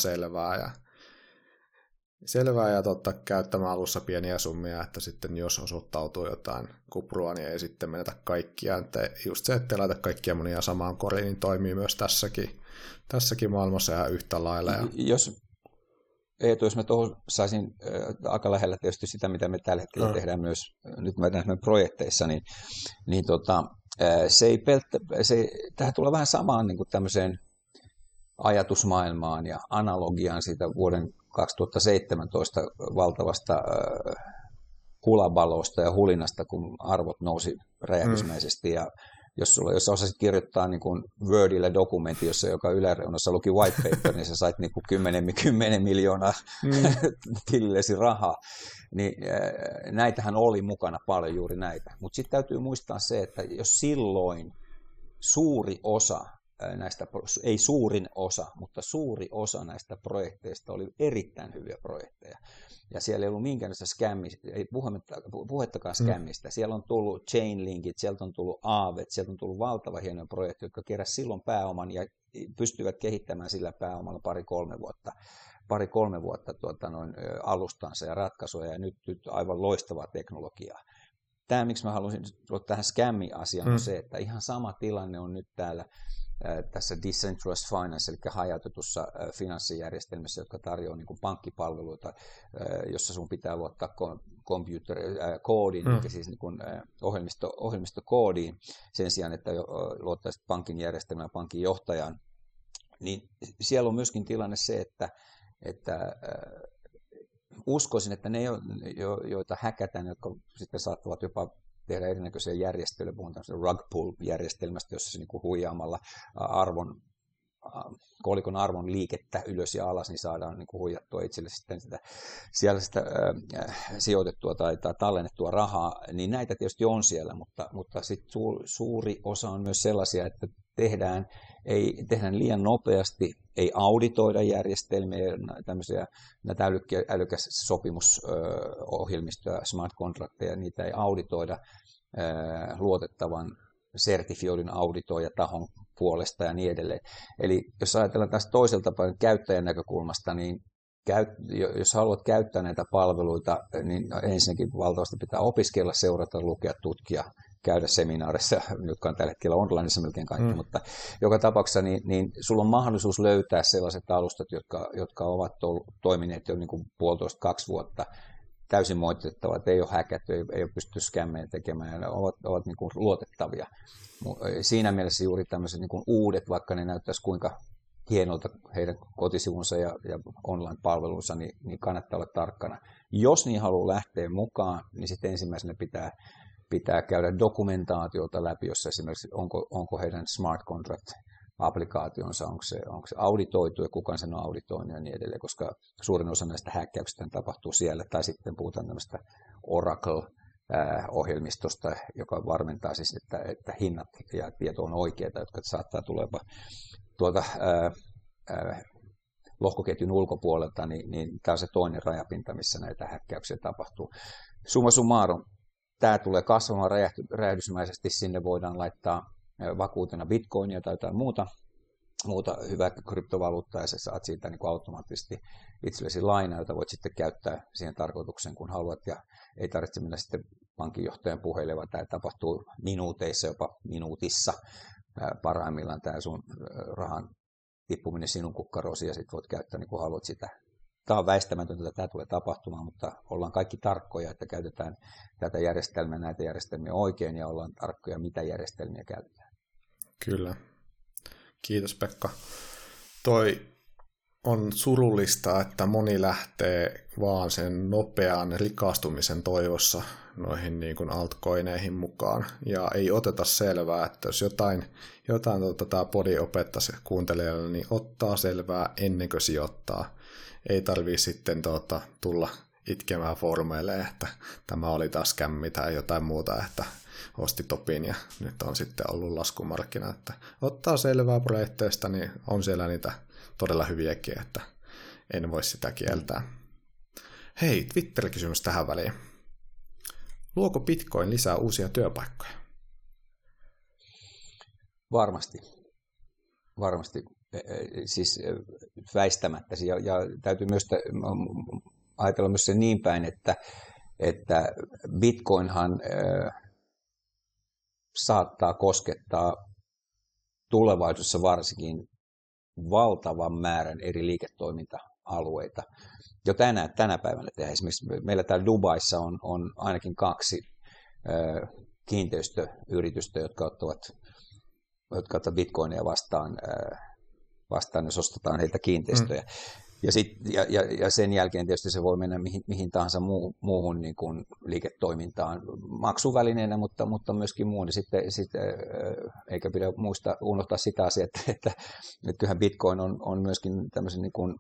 B: selvää ja käyttämään alussa pieniä summia, että sitten jos osoittautuu jotain kuprua, niin ei sitten menetä kaikkia. Että just se, ettei laita kaikkia monia samaan koriin, niin toimii myös tässäkin maailmassa ihan yhtä lailla. Ja...
A: Jos mä tuohon saisin aika lähellä tietysti sitä, mitä me tällä hetkellä tehdään myös nyt meidän projekteissa, niin tähän tulee vähän samaan niin kuin tämmöiseen ajatusmaailmaan ja analogiaan siitä vuoden 2017 valtavasta hulabalosta ja hulinasta, kun arvot nousi räjähdysmäisesti. Ja jos osasit kirjoittaa niin kuin Wordille dokumentti, jossa joka yläreunassa luki white paper, niin sä sait niin kuin 10 miljoonaa tilillesi rahaa. Niin näitähän oli mukana paljon juuri näitä. Mutta sitten täytyy muistaa se, että jos silloin suuri osa näistä, ei suurin osa, mutta suuri osa näistä projekteista oli erittäin hyviä projekteja. Ja siellä ei ollut minkäänlaista skämmistä, ei puhettakaan skämmistä. Siellä on tullut Chainlinkit, sieltä on tullut Aavet, sieltä on tullut valtava hienoja projekteja, jotka keräsivät silloin pääoman ja pystyvät kehittämään sillä pääomalla pari-kolme vuotta alustansa ja ratkaisuja, ja nyt aivan loistavaa teknologiaa. Tämä, miksi mä halusin tulla tähän skämmi-asiaan, on se, että ihan sama tilanne on nyt tässä decentralized finance, eli hajautetussa finanssijärjestelmässä, jotka tarjoaa niin kuin pankkipalveluita, jossa sun pitää luottaa koodiin, eli siis niin kuin ohjelmistokoodiin, sen sijaan, että luottaisit pankin järjestelmään pankin johtajaan. Niin siellä on myöskin tilanne se, että uskoisin, että ne, joita häkätään, jotka sitten saattavat jopa tehdä erinäköisiä järjestelyjä, puhun tämmöisestä rug pull-järjestelmästä, jossa se niin kuin huijaamalla kolikon arvon liikettä ylös ja alas, niin saadaan niin kuin huijattua itselle sitten siellä sitä sijoitettua tai tallennettua rahaa, niin näitä tietysti on siellä, mutta sitten suuri osa on myös sellaisia, että tehdään liian nopeasti, ei auditoida järjestelmiä, näitä älykäs sopimusohjelmistoja, smart contracteja, niitä ei auditoida luotettavan sertifioidun auditoijatahon puolesta ja niin edelleen. Eli jos ajatellaan taas toiselta päin käyttäjän näkökulmasta, niin jos haluat käyttää näitä palveluita, niin ensinnäkin valtavasti pitää opiskella, seurata, lukea, tutkia, käydä seminaarissa, jotka on tällä hetkellä onlineissa melkein kaikki, mutta joka tapauksessa niin sulla on mahdollisuus löytää sellaiset alustat, jotka ovat toimineet jo niin kuin 1,5–2 vuotta täysin moittettavat, ei ole häkätty, ei ole pysty skämmejä tekemään, ja ne ovat niin kuin luotettavia. Siinä mielessä juuri tämmöiset niin kuin uudet, vaikka ne näyttäisi kuinka hienolta heidän kotisivunsa ja online-palvelunsa, niin kannattaa olla tarkkana. Jos niin haluaa lähteä mukaan, niin sitten ensimmäisenä pitää käydä dokumentaatiota läpi, jossa esimerkiksi onko heidän smart contract-applikaationsa, onko se auditoitu ja kuka sen on auditoinut ja niin edelleen, koska suurin osa näistä häkkäyksistä tapahtuu siellä, tai sitten puhutaan tämmöistä Oracle-ohjelmistosta, joka varmentaa siis, että hinnat ja tieto on oikeita, jotka saattaa tulla tuolta lohkoketjun ulkopuolelta, niin tämä on se toinen rajapinta, missä näitä häkkäyksiä tapahtuu. Summa summarum, tämä tulee kasvamaan räjähdysmäisesti, sinne voidaan laittaa vakuutena bitcoinia tai jotain muuta hyvää kryptovaluuttaa, ja sä saat siitä niin kuin automaattisesti itsellesi lainaa, jota voit sitten käyttää siihen tarkoitukseen, kun haluat, ja ei tarvitse mennä sitten pankinjohtajan puheille, vaan tämä tapahtuu minuuteissa, jopa minuutissa parhaimmillaan tämä sun rahan tippuminen sinun kukkaroosi, ja sitten voit käyttää niin kuin haluat sitä. Tämä on väistämätöntä, että tämä tulee tapahtumaan, mutta ollaan kaikki tarkkoja, että käytetään näitä järjestelmiä oikein, ja ollaan tarkkoja, mitä järjestelmiä käytetään.
B: Kyllä. Kiitos Pekka. Toi on surullista, että moni lähtee vaan sen nopean rikastumisen toivossa noihin niin kuin altcoineihin mukaan, ja ei oteta selvää, että jos jotain tämä podi opettaisi kuuntelijalle, niin ottaa selvää ennen kuin sijoittaa. Ei tarvitse sitten tulla itkemään foorumeille, että tämä oli taas kämmi tai jotain muuta, että osti topin ja nyt on sitten ollut laskumarkkina. Että ottaa selvää projekteista, niin on siellä niitä todella hyviäkin, että en voi sitä kieltää. Hei, Twitter-kysymys tähän väliin. Luoko Bitcoin lisää uusia työpaikkoja?
A: Varmasti. Siis väistämättä. Ja täytyy myös ajatella myös se niin päin, että Bitcoinhan saattaa koskettaa tulevaisuudessa varsinkin valtavan määrän eri liiketoiminta-alueita. Jo tänä päivänä tehdään. Esimerkiksi meillä täällä Dubaissa on ainakin 2 kiinteistöyritystä, jotka ottavat bitcoineja vastaan, jos ostetaan heiltä kiinteistöjä. Ja sen jälkeen tietysti se voi mennä mihin tahansa muuhun niin kuin liiketoimintaan maksuvälineenä, mutta myöskin muun. Sitten, eikä pidä unohtaa sitä asiaa, että kyllähän Bitcoin on myöskin tämmöisen niin kuin,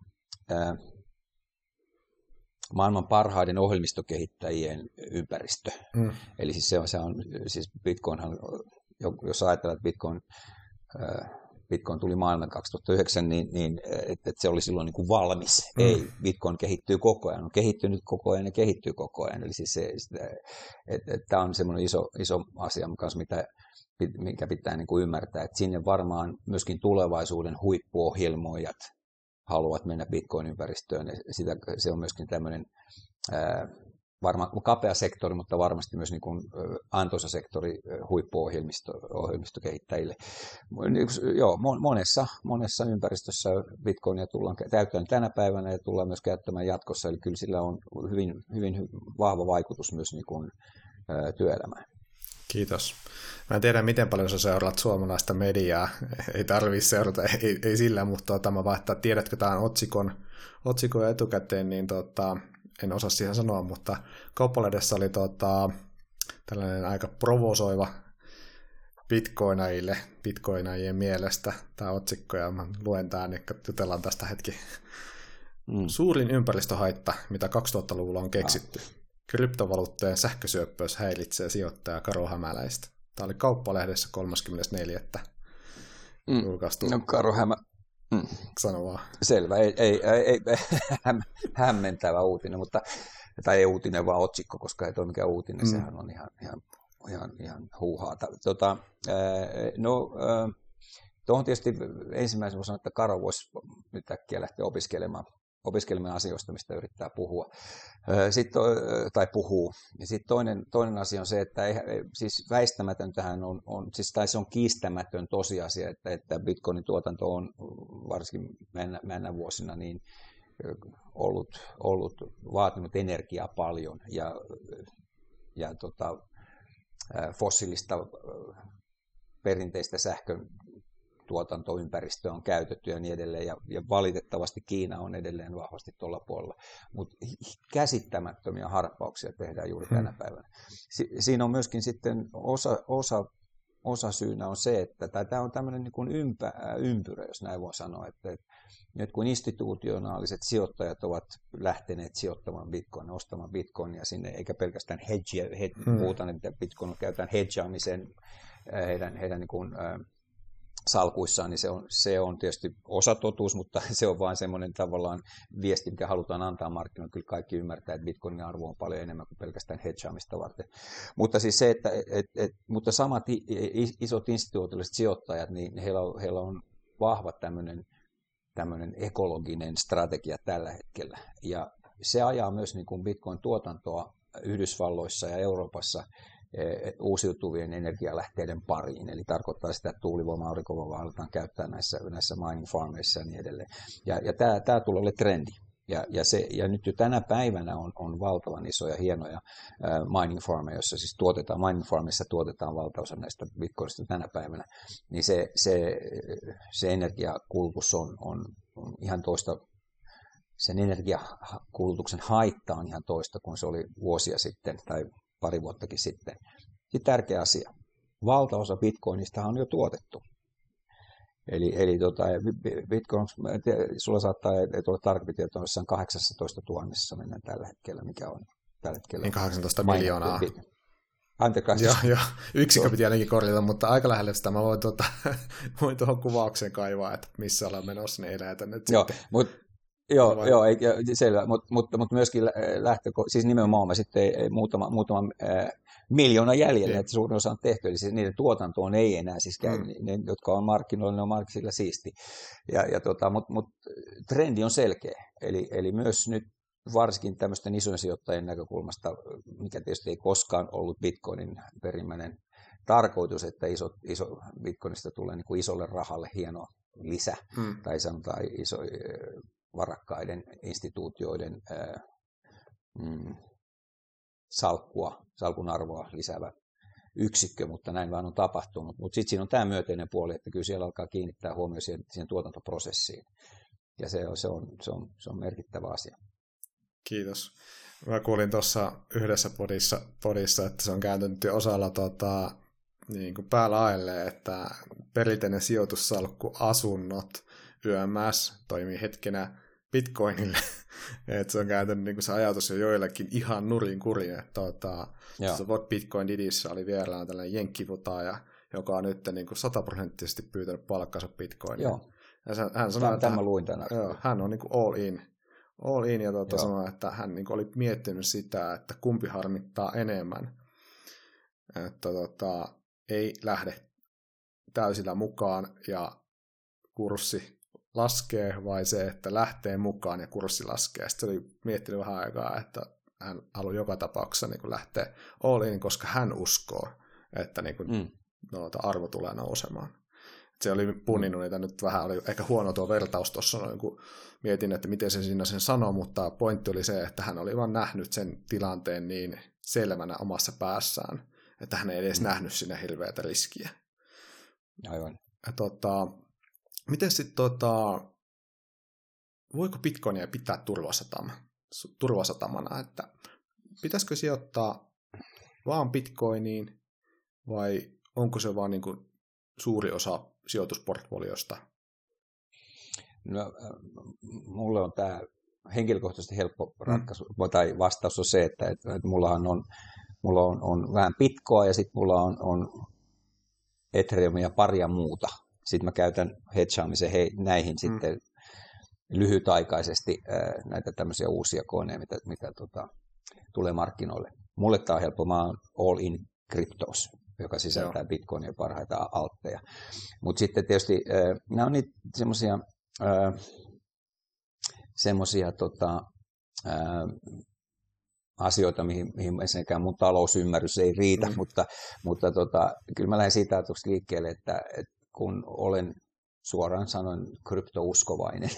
A: maailman parhaiden ohjelmistokehittäjien ympäristö. Eli siis siis Bitcoinhan, jos ajatellaan, että Bitcoin tuli maailman 2009, niin että se oli silloin niin kuin valmis. Ei, Bitcoin kehittyy koko ajan, on kehittynyt koko ajan ja kehittyy koko ajan. Eli siis tämä on semmoinen iso asia, mikä pitää niin kuin ymmärtää, että sinne varmaan myöskin tulevaisuuden huippuohjelmoijat haluavat mennä Bitcoin-ympäristöön. Se on myöskin tämmöinen varmaan kapea sektori, mutta varmasti myös niin kuin antoisa sektori huippuohjelmistokehittäjille. Joo, monessa ympäristössä Bitcoinia tullaan käyttämään tänä päivänä ja tullaan myös käyttämään jatkossa, eli kyllä sillä on hyvin vahva vaikutus myös niin kuin työelämään.
B: Kiitos. Mä en tiedä, miten paljon sä seuraat suomalaista mediaa. Ei tarvitse seurata, ei sillä, mutta mä vaihtaa, tiedätkö tämän otsikon etukäteen, niin en osaa siihen sanoa, mutta Kauppalehdessä oli tällainen aika provosoiva bitcoinajien mielestä tämä otsikko, ja mä luen tämän, niin jutellaan tästä hetki. Suurin ympäristöhaitta, mitä 2000-luvulla on keksitty. Kryptovaluuttojen sähkösyöppöys häiritsee sijoittajaa Karo Hämäläistä. Tämä oli Kauppalehdessä 34. julkaistu.
A: No, Karo
B: Sano vaan.
A: Selvä, ei hämmentävä uutinen, tai ei uutinen, vaan otsikko, koska ei ole mikään uutinen, sehän on ihan huuhaata. Tuohon tietysti ensimmäisenä sanoa, että Karo voisi nyt äkkiä lähteä opiskelemaan asioista, mistä yrittää puhua, tai puhuu. Ja sitten toinen asia on se, että siis väistämätöntähän tai se on kiistämätön tosiasia, että Bitcoinin tuotanto on varsinkin mennä vuosina niin ollut vaatinut energiaa paljon ja fossiilista perinteistä sähkön tuotantoympäristöä on käytetty ja niin edelleen, ja valitettavasti Kiina on edelleen vahvasti tuolla puolella, mutta käsittämättömiä harppauksia tehdään juuri tänä päivänä. Siinä on myöskin sitten osa syynä on se, että tämä on tämmöinen niin kuin ympyrä, jos näin voi sanoa, että nyt kun institutionaaliset sijoittajat ovat lähteneet sijoittamaan Bitcoinia, ostamaan Bitcoinia sinne, eikä pelkästään puhutaan, että Bitcoin käytetään hedgeaamiseen heidän niin kuin salkuissaan, niin se on tietysti osatotuus, mutta se on vain semmoinen tavallaan viesti, mikä halutaan antaa markkinoille. Kyllä kaikki ymmärtää, että Bitcoinin arvo on paljon enemmän kuin pelkästään hedgeaamista varten. Mutta siis se, mutta samat isot instituutioiset sijoittajat, niin heillä on vahva tämmöinen ekologinen strategia tällä hetkellä. Ja se ajaa myös niin kuin Bitcoin-tuotantoa Yhdysvalloissa ja Euroopassa uusiutuvien energialähteiden pariin. Eli tarkoittaa sitä, että tuulivoima, aurinkovoimaa aletaan käyttää näissä mining farmeissa ja niin edelleen. Ja tämä tulee olemaan trendi. Ja nyt jo tänä päivänä on valtavan isoja, hienoja mining farmeja, joissa siis mining farmissa tuotetaan valtaosa näistä bitcoinista tänä päivänä, niin se energiakulutus on ihan toista, sen energiakulutuksen haitta on ihan toista kuin se oli vuosia sitten tai pari vuottakin sitten. Sitten tärkeä asia, valtaosa bitcoinista on jo tuotettu. Eli Bitcoin, sulla saattaa olla tarkempi tietoa, jossain 18 000 mennään tällä hetkellä, mikä on tällä hetkellä.
B: Niin 18 miljoonaa.
A: Anteeksi.
B: Joo, yksikö piti ainakin korjata, mutta aika lähelle sitä mä voin tuohon kuvaukseen kaivaa, että missä ollaan menossa, niin ei lähetä nyt sitten.
A: Selvä, mutta myöskin siis nimenomaan sitten muutama miljoona jäljellä, että suurin osa on tehty, eli siis niiden tuotantoon ei enää siis käy, ne, jotka on markkinoilla, ne on markkinoilla siisti. Mutta trendi on selkeä, eli myös nyt varsinkin tämmöisten isojen sijoittajien näkökulmasta, mikä tietysti ei koskaan ollut Bitcoinin perimmäinen tarkoitus, että iso Bitcoinista tulee niin kuin isolle rahalle hieno lisä, tai sanotaan varakkaiden instituutioiden salkun arvoa lisäävä yksikkö, mutta näin vaan on tapahtunut. Mutta sitten siinä on tämä myönteinen puoli, että kyllä siellä alkaa kiinnittää huomioon siihen tuotantoprosessiin. Ja se on merkittävä asia.
B: Kiitos. Mä kuulin tuossa yhdessä podissa, että se on kääntynyt jo osalla niin kuin päälaelleen, että perinteinen sijoitussalkku asunnot YMS toimii hetkenä Bitcoinille. Että se on kääntynyt niin kuin se ajatus jo joillekin ihan nurin kurin. What Bitcoin Didissä oli vieraana tällainen jenkkivutaaja, joka on nyt niin kuin 100% pyytänyt palkkansa Bitcoinia.
A: Joo.
B: Ja hän sanoi, että hän on niin kuin all in ja sanoi, että hän niin kuin oli miettinyt sitä, että kumpi harmittaa enemmän. Että ei lähde täysillä mukaan ja kurssi laskee, vai se, että lähtee mukaan ja kurssi laskee. Sitten oli miettinyt vähän aikaa, että hän haluaa joka tapauksessa niin kuin lähteä all in, koska hän uskoo, että niin kuin, arvo tulee nousemaan. Se oli punninnut niitä nyt vähän, oli ehkä huono tuo vertaus tuossa, kun mietin, että miten se siinä sen sanoi, mutta pointti oli se, että hän oli vaan nähnyt sen tilanteen niin selvänä omassa päässään, että hän ei edes nähnyt sinne hirveätä riskiä.
A: Aivan.
B: Miten sitten, voiko Bitcoinia pitää turvasatamana, että pitäisikö sijoittaa vaan Bitcoiniin, vai onko se vaan niin kuin suuri osa sijoitusportfoliosta?
A: No, mulle on tämä henkilökohtaisesti helppo ratkaisu, tai vastaus on se, että mulla on vähän Bitcoa ja sitten mulla on Ethereumia ja paria muuta. Sitten mä käytän hedgeaamisen näihin sitten lyhytaikaisesti näitä tämmöisiä uusia koneja, mitä tulee markkinoille. Mulle tämä on helppo, mä oon all in cryptos, joka sisältää Bitcoinia ja parhaita altteja. Mutta sitten tietysti nämä on niitä semmoisia asioita, mihin ensinnäkään mun talousymmärrys ei riitä, mutta kyllä mä lähden siitä ajatuksesta liikkeelle, että kun olen suoraan sanoen kryptouskovainen,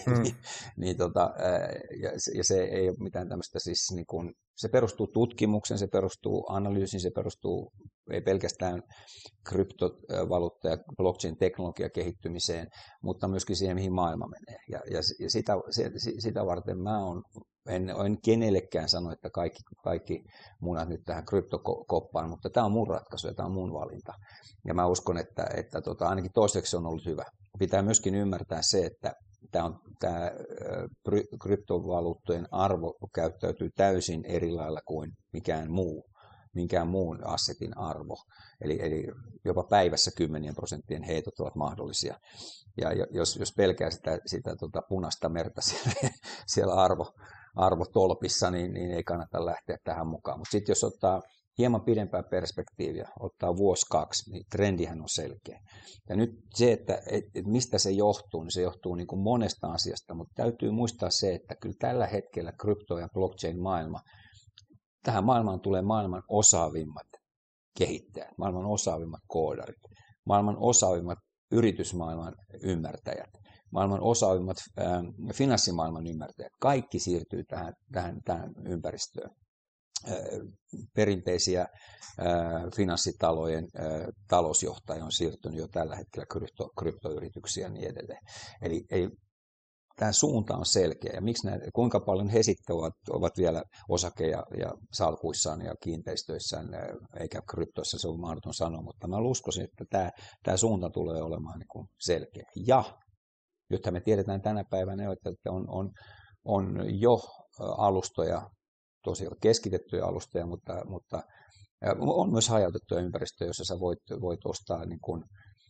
A: ja se ei ole mitään tämmöistä siis niin kuin, se perustuu tutkimukseen, se perustuu analyysiin, se perustuu ei pelkästään kryptovaluutta- ja blockchain-teknologian kehittymiseen, mutta myöskin siihen, mihin maailma menee. Ja sitä varten mä en kenellekään sano, että kaikki munat nyt tähän kryptokoppaan, mutta tämä on mun ratkaisu ja tämä on mun valinta. Ja mä uskon, että ainakin toiseksi on ollut hyvä. Pitää myöskin ymmärtää se, että tämä kryptovaluuttojen arvo käyttäytyy täysin eri lailla kuin minkään muun assetin arvo. Eli jopa päivässä 10% heitot ovat mahdollisia. Ja jos pelkää sitä punaista merta siellä arvotolpissa, niin ei kannata lähteä tähän mukaan. Mutta sitten jos ottaa hieman pidempää perspektiiviä, ottaa vuosi 2, niin trendihän on selkeä. Ja nyt se, että mistä se johtuu, niin se johtuu niin kuin monesta asiasta, mutta täytyy muistaa se, että kyllä tällä hetkellä krypto- ja blockchain-maailma, tähän maailmaan tulee maailman osaavimmat kehittäjät, maailman osaavimmat koodarit, maailman osaavimmat yritysmaailman ymmärtäjät. maailman osaavimmat finanssimaailman ymmärtäjät. Kaikki siirtyy tähän ympäristöön. Perinteisiä finanssitalojen talousjohtajia on siirtynyt jo tällä hetkellä kryptoyrityksiä ja niin edelleen. Eli tämä suunta on selkeä. Ja kuinka paljon he sitten ovat vielä osake- ja salkuissaan ja kiinteistöissään, eikä kryptoissa, se on mahdoton sanoa, mutta mä uskoisin, että tämä suunta tulee olemaan niin kuin selkeä. Ja nythän me tiedetään tänä päivänä, että on jo alustoja, tosiaan keskitettyjä alustoja, mutta on myös hajautettuja ympäristöjä, joissa sä voit ostaa niin kuin,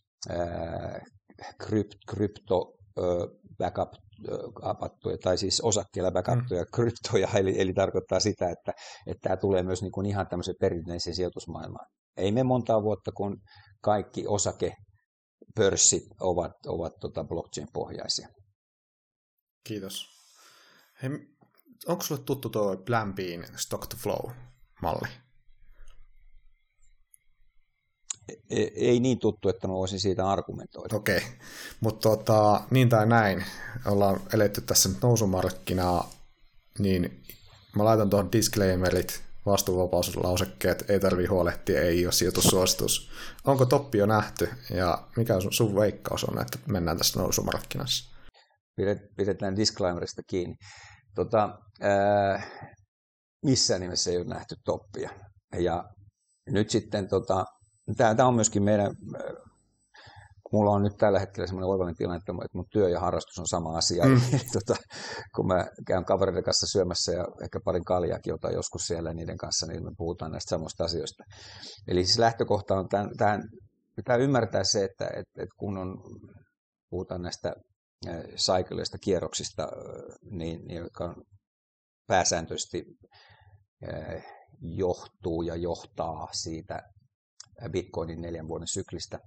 A: krypto backup-apattuja, tai siis osakkeilla backuptuja kryptoja, eli tarkoittaa sitä, että tämä tulee myös niin kuin ihan tämmöisen perinteisen sijoitusmaailmaan. Ei mene montaa vuotta, kun kaikki osakepörssit ovat blockchain-pohjaisia.
B: Kiitos. Hei, onko sulle tuttu tuo Plan B:n stock-to-flow-malli?
A: Ei niin tuttu, että mä voisin siitä argumentoida.
B: Okei, mutta niin tai näin, ollaan eletty tässä nyt nousumarkkinaa, niin mä laitan tuohon disclaimerit, vastuuvapauslausekkeet, ei tarvitse huolehtia, ei ole sijoitussuositus. Onko toppi jo nähty ja mikä sun veikkaus on, että mennään tässä nousumarkkinassa?
A: Pidetään disclaimerista kiinni. Missään nimessä ei ole nähty toppia. Ja nyt sitten tämä on myöskin meidän, mulla on nyt tällä hetkellä semmoinen oivallinen tilanne, että mun työ ja harrastus on sama asia. Eli, kun mä käyn kavereiden kanssa syömässä ja ehkä parin kaljakin otan joskus siellä niiden kanssa, niin me puhutaan näistä samoista asioista. Eli siis lähtökohta on pitää ymmärtää se, että kun puhutaan näistä cycleista, kierroksista, niin jotka on pääsääntöisesti johtuu ja johtaa siitä Bitcoinin 4 vuoden syklistä,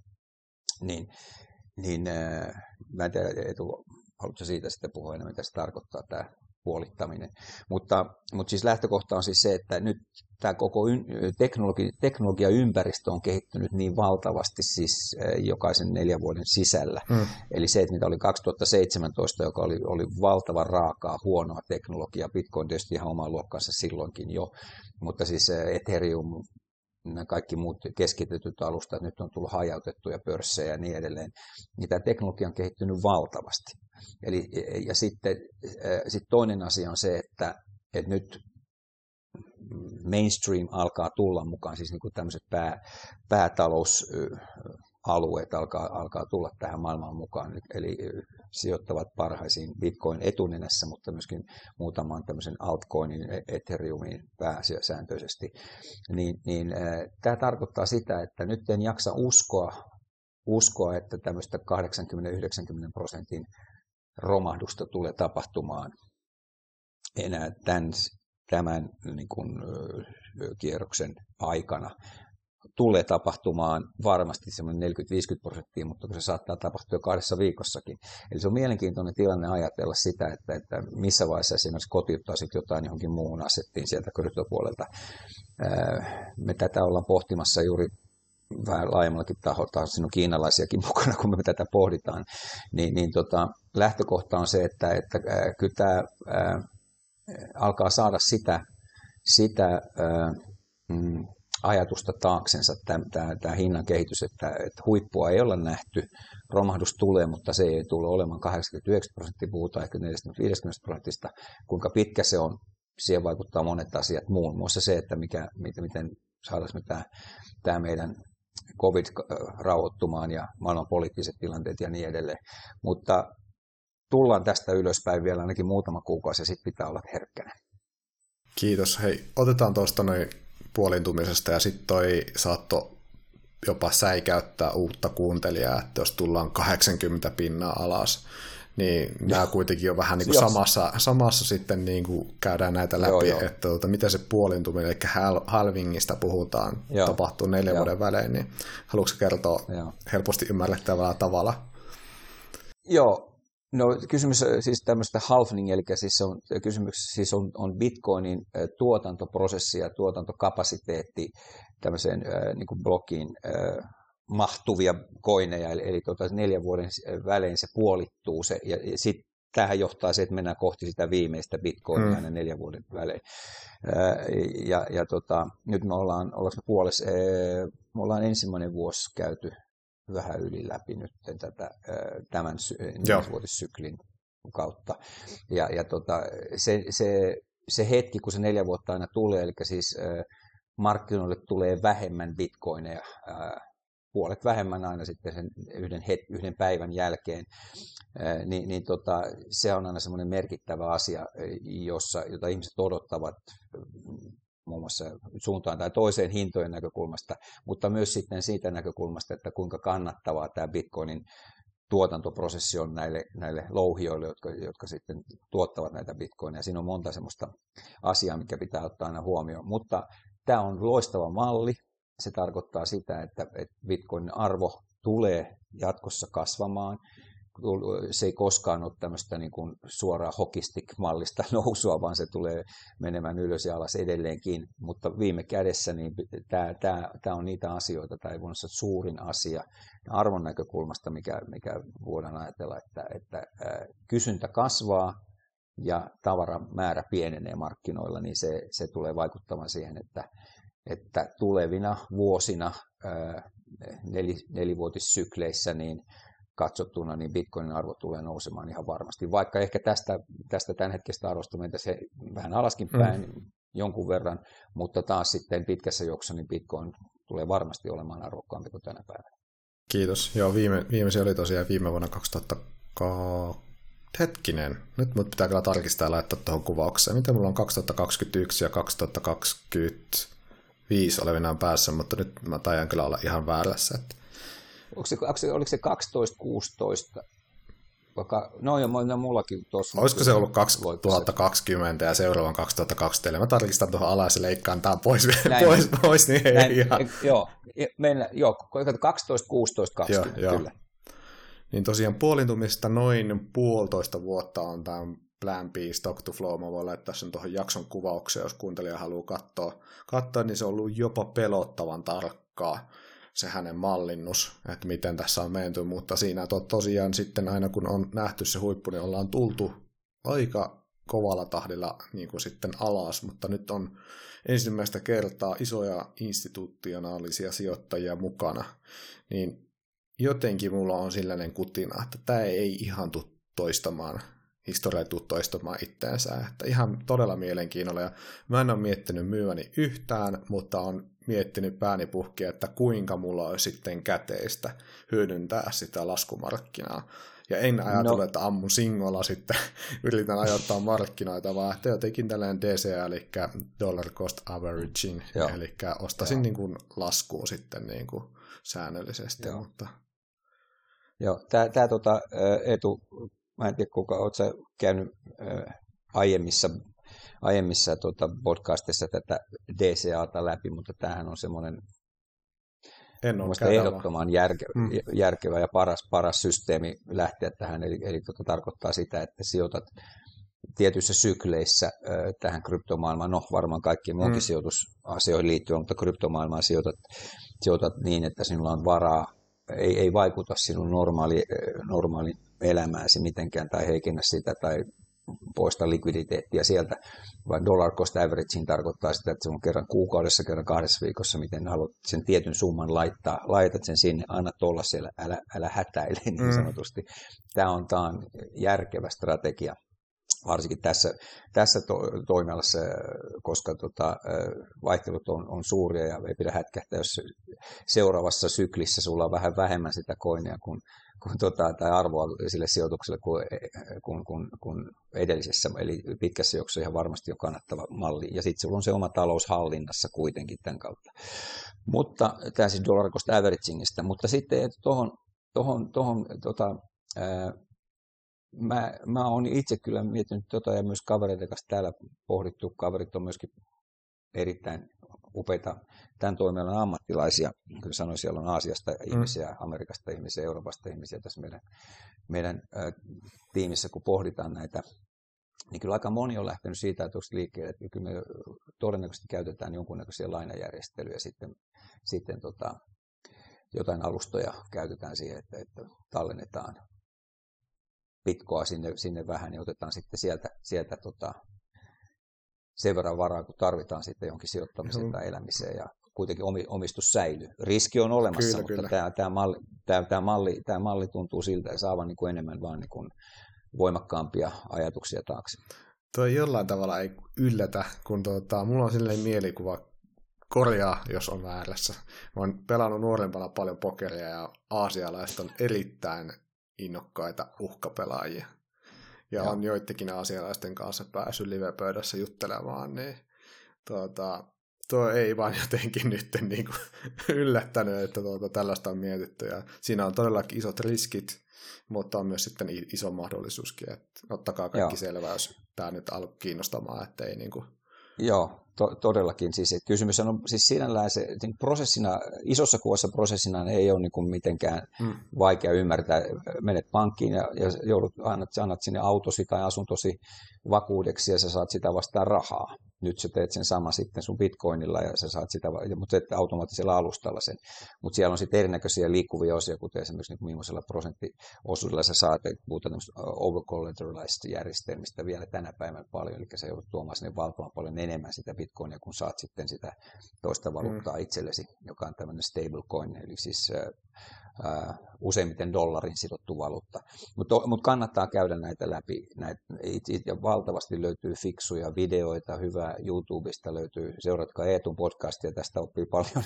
A: niin mä en tiedä, Eetu, haluatko siitä sitten puhua enemmän, mitä se tarkoittaa tämä puolittaminen. Mutta siis lähtökohta on siis se, että nyt tämä koko teknologiaympäristö on kehittynyt niin valtavasti siis jokaisen 4 vuoden sisällä. Eli se, että mitä oli 2017, joka oli valtavan raakaa, huonoa teknologiaa, Bitcoin tietysti ihan omaa luokkaansa silloinkin jo, mutta siis Ethereum, nämä kaikki muut keskitetyt alustat, nyt on tullut hajautettuja pörssejä ja niin edelleen, niin tämä teknologia on kehittynyt valtavasti. Ja sitten toinen asia on se, että nyt mainstream alkaa tulla mukaan, siis niin kuin tämmöiset päätalousalueet alkaa tulla tähän maailmaan mukaan, eli sijoittavat parhaisiin Bitcoin etunenässä, mutta myöskin muutamaan tämmöisen altcoinin, Ethereumiin pääsääntöisesti. Niin tämä tarkoittaa sitä, että nyt en jaksa uskoa, että tämmöistä 80-90% romahdusta tulee tapahtumaan enää tämän niin kuin, kierroksen aikana. Tulee tapahtumaan varmasti semmoinen 40-50%, mutta se saattaa tapahtua jo 2 viikossakin. Eli se on mielenkiintoinen tilanne ajatella sitä, että missä vaiheessa esimerkiksi kotiuttaisit jotain johonkin muuhun asettiin sieltä kryptopuolelta. Me tätä ollaan pohtimassa juuri vähän laajemmallakin taholta, siinä on kiinalaisiakin mukana, kun me tätä pohditaan. Lähtökohta on se, että kyllä tämä alkaa saada sitä ajatusta taaksensa, tämä hinnan kehitys, että huippua ei olla nähty, romahdus tulee, mutta se ei tule olemaan 89%, puhutaan ehkä 40-50%, kuinka pitkä se on, siihen vaikuttaa monet asiat, muun muassa se, että miten saataisiin tämä meidän COVID rauhoittumaan ja maailman poliittiset tilanteet ja niin edelleen, mutta tullaan tästä ylöspäin vielä ainakin muutama kuukausi ja sitten pitää olla herkkänä.
B: Kiitos. Hei, otetaan tuosta noin puolintumisesta ja sitten toi saattoi jopa säikäyttää uutta kuuntelijaa, että jos tullaan 80 alas, niin nämä kuitenkin on vähän niin kuin samassa sitten niin kuin käydään näitä läpi, että mitä se puolintuminen, eli halvingista puhutaan, tapahtuu 4 vuoden välein, niin haluatko kertoa helposti ymmärrettävällä tavalla?
A: Joo. No kysymys siis tämmöistä halving, eli kysymys on Bitcoinin tuotantoprosessi ja tuotantokapasiteetti tämmöiseen niin kuin blokkiin mahtuvia koineja, eli 4 vuoden välein se puolittuu se, ja sitten tämähän johtaa se, että mennään kohti sitä viimeistä bitcoinia aina 4 vuoden välein. Nyt me ollaan ensimmäinen vuosi käyty vähän yli läpi nyt tämän 4-vuotissyklin kautta. Se hetki, kun se 4 vuotta aina tulee, eli siis markkinoille tulee vähemmän bitcoineja, puolet vähemmän aina sitten sen yhden päivän jälkeen, se on aina semmoinen merkittävä asia, jota ihmiset odottavat muun muassa suuntaan tai toiseen hintojen näkökulmasta, mutta myös sitten siitä näkökulmasta, että kuinka kannattavaa tämä Bitcoinin tuotantoprosessi on näille louhijoille, jotka sitten tuottavat näitä bitcoineja. Siinä on monta semmoista asiaa, mikä pitää ottaa aina huomioon, mutta tämä on loistava malli. Se tarkoittaa sitä, että bitcoinin arvo tulee jatkossa kasvamaan. Se ei koskaan ole tämmöistä niin kuin suoraa hockey-stick-mallista nousua, vaan se tulee menemään ylös ja alas edelleenkin. Mutta viime kädessä niin tämä on niitä asioita, tai voin sanoa suurin asia arvon näkökulmasta, mikä voidaan ajatella, että kysyntä kasvaa ja tavaramäärä pienenee markkinoilla, niin se tulee vaikuttamaan siihen, että tulevina vuosina 4-vuotissykleissä niin katsottuna, niin bitcoinin arvo tulee nousemaan ihan varmasti. Vaikka ehkä tästä tämänhetkisestä arvosta mentä se vähän alaskin päin jonkun verran, mutta taas sitten pitkässä juoksussa niin bitcoin tulee varmasti olemaan arvokkaampi kuin tänä päivänä.
B: Kiitos. Joo, viimeisen oli tosiaan viime vuonna 2002. Hetkinen, nyt mut pitää kyllä tarkistaa ja laittaa tuohon kuvaukseen. Mitä mulla on 2021 ja 2025 olevinaan päässä, mutta nyt mä taidan kyllä olla ihan väärässä.
A: Oliko se 12-16? No joo, mullakin tuossa.
B: Olisiko se ollut 2020 ja seuraavan 2024? Mä tarkistan tuohon alas ja leikkaan tämän pois niin ei ihan.
A: Joo, 12, 16, 20,
B: joo.
A: kyllä.
B: Niin tosiaan puolintumista noin 1,5 vuotta on tämä Plan B Stock to Flow. Mä voin laittaa sen tuohon jakson kuvaukseen, jos kuuntelija haluaa katsoa, niin se on ollut jopa pelottavan tarkkaa se hänen mallinnus, että miten tässä on menty, mutta siinä tosiaan sitten aina kun on nähty se huippu, niin ollaan tultu aika kovalla tahdilla niin kuin sitten alas, mutta nyt on ensimmäistä kertaa isoja institutionaalisia sijoittajia mukana, niin jotenkin mulla on sellainen kutina, että tämä ei ihan tule historia toistamaan itteensä, että ihan todella mielenkiinnolla, ja mä en ole miettinyt myyväni yhtään, mutta on miettinyt pääni puhki, että kuinka mulla olisi sitten käteistä hyödyntää sitä laskumarkkinaa. Ja en ajatellut, että ammun singolla sitten yritän ajoittaa markkinoita, vaan että jotenkin tällainen DCA, eli Dollar Cost Averaging, eli ostaisin niin kuin laskuun sitten niin kuin säännöllisesti.
A: Joo,
B: mutta...
A: Joo. Eetu, mä en tiedä, kuinka oletko sä käynyt aiemmissa podcastissa tätä DCAta läpi, mutta tämähän on semmoinen ehdottoman järkevä ja paras systeemi lähteä tähän. Eli tarkoittaa sitä, että sijoitat tietyissä sykleissä tähän kryptomaailmaan, no varmaan kaikkiin muunkin sijoitusasioihin liittyen, mutta kryptomaailmaan sijoitat niin, että sinulla on varaa, ei vaikuta sinun normaali elämääsi mitenkään tai heikennä sitä tai poista likviditeettiä sieltä, vaan dollar cost averaging tarkoittaa sitä, että se on kerran kuukaudessa, kerran 2 viikossa, miten haluat sen tietyn summan laittaa, laitat sen sinne, anna olla siellä, älä hätäile niin sanotusti. Tämä on järkevä strategia, varsinkin tässä toimialassa, koska vaihtelut on suuria ja ei pidä hätkähtää, jos seuraavassa syklissä sulla on vähän vähemmän sitä koinia tai arvoa sille sijoitukselle kuin edellisessä, eli pitkässä juoksussa ihan varmasti on kannattava malli, ja sitten sulla on se oma talous hallinnassa kuitenkin tämän kautta. Mutta tämä siis dollar cost averagingista, mutta sitten mä oon itse kyllä miettinyt ja myös kavereiden kanssa täällä pohdittu, kaverit on myöskin erittäin upeita tämän toimialan ammattilaisia. Kyllä sanoin, siellä on Aasiasta ihmisiä, Amerikasta ihmisiä, Euroopasta ihmisiä tässä meidän tiimissä, kun pohditaan näitä, niin kyllä aika moni on lähtenyt siitä, että liikkeelle, että kyllä me todennäköisesti käytetään jonkunnäköisiä lainajärjestelyjä sitten jotain alustoja käytetään siihen, että tallennetaan Bitcoa sinne vähän ja otetaan sitten sieltä sen verran varaa, kun tarvitaan sitten jonkin sijoittamiseen tai elämiseen ja kuitenkin omistus säilyy. Riski on olemassa, mutta tämä malli tuntuu siltä ja saavan niin kuin enemmän vaan niin kuin voimakkaampia ajatuksia taakse.
B: Toi jollain tavalla ei yllätä, kun mulla on silleen mielikuva, korjaa, jos on väärässä. Mä oon pelannut nuorempana paljon pokeria ja aasialaiset on erittäin innokkaita uhkapelaajia. Ja on joidenkin aasialaisten kanssa päässyt live-pöydässä juttelemaan, niin tuo ei vaan jotenkin nyt niin kuin yllättänyt, että tällaista on mietitty. Ja siinä on todellakin isot riskit, mutta on myös sitten iso mahdollisuuskin, että ottakaa kaikki selvää, jos tämä nyt alkoi kiinnostamaan, että ei niin kuin...
A: Joo, todellakin. Siis, kysymys on siis sinällään se niin prosessina, isossa kuvassa prosessina ei ole niin kuin mitenkään vaikea ymmärtää. Menet pankkiin ja annat sinne autosi tai asuntosi vakuudeksi ja sä saat sitä vastaan rahaa. Nyt sä teet sen sama sitten sun bitcoinilla ja sä saat sitä, mutta teet automaattisella alustalla sen. Mutta siellä on sitten erinäköisiä liikkuvia osia, kuten esimerkiksi niin millaisella prosenttiosuudella sä saat, puhutaan over-collateralized järjestelmistä vielä tänä päivänä paljon, eli sä joudut tuomaan sinne valtavan paljon enemmän sitä bitcoinia, kun saat sitten sitä toista valuuttaa itsellesi, joka on tämmöinen stablecoin, eli siis useimmiten dollarin sidottu valuutta. Mutta kannattaa käydä näitä läpi. Ja valtavasti löytyy fiksuja videoita, hyvää YouTubesta löytyy. Seuratkaa Eetun podcastia, tästä oppii paljon.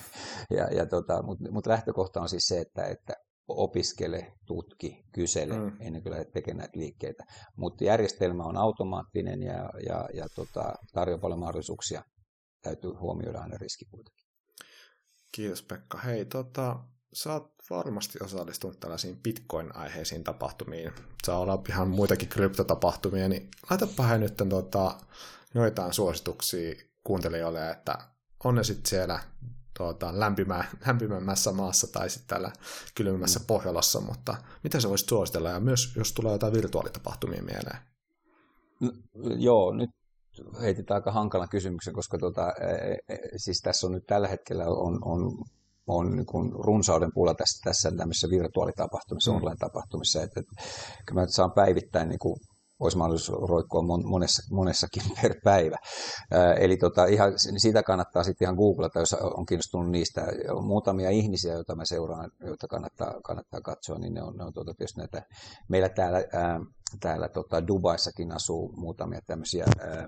A: Mutta lähtökohta on siis se, että opiskele, tutki, kysele ennen kuin lähdet tekemään näitä liikkeitä. Mutta järjestelmä on automaattinen ja tarjoaa paljon mahdollisuuksia. Täytyy huomioida aina riski kuitenkin.
B: Kiitos Pekka. Hei, sä oot varmasti osallistunut tällaisiin Bitcoin-aiheisiin tapahtumiin. Saa olla ihan muitakin kryptotapahtumia, niin laitapa nyt joitain suosituksia kuuntelijoille, että on ne sitten siellä lämpimämmässä maassa tai sitten täällä kylmemmässä Pohjolassa, mutta mitä sä voisit suositella, ja myös jos tulee jotain virtuaalitapahtumia mieleen?
A: Joo, nyt heitetään aika hankalan kysymyksen, koska siis tässä on nyt tällä hetkellä on niin kuin runsauden pula tässä tämmöisessä virtuaalitapahtumissa, online-tapahtumissa, että kyllä mä saan päivittäin niin kuin olisi mahdollisuus roikkua monessakin per päivä. Eli ihan, siitä kannattaa sitten ihan googlata, jos on kiinnostunut niistä. On muutamia ihmisiä, joita mä seuraan, joita kannattaa katsoa, niin ne on tietysti näitä. Meillä täällä Dubaissakin asuu muutamia tämmöisiä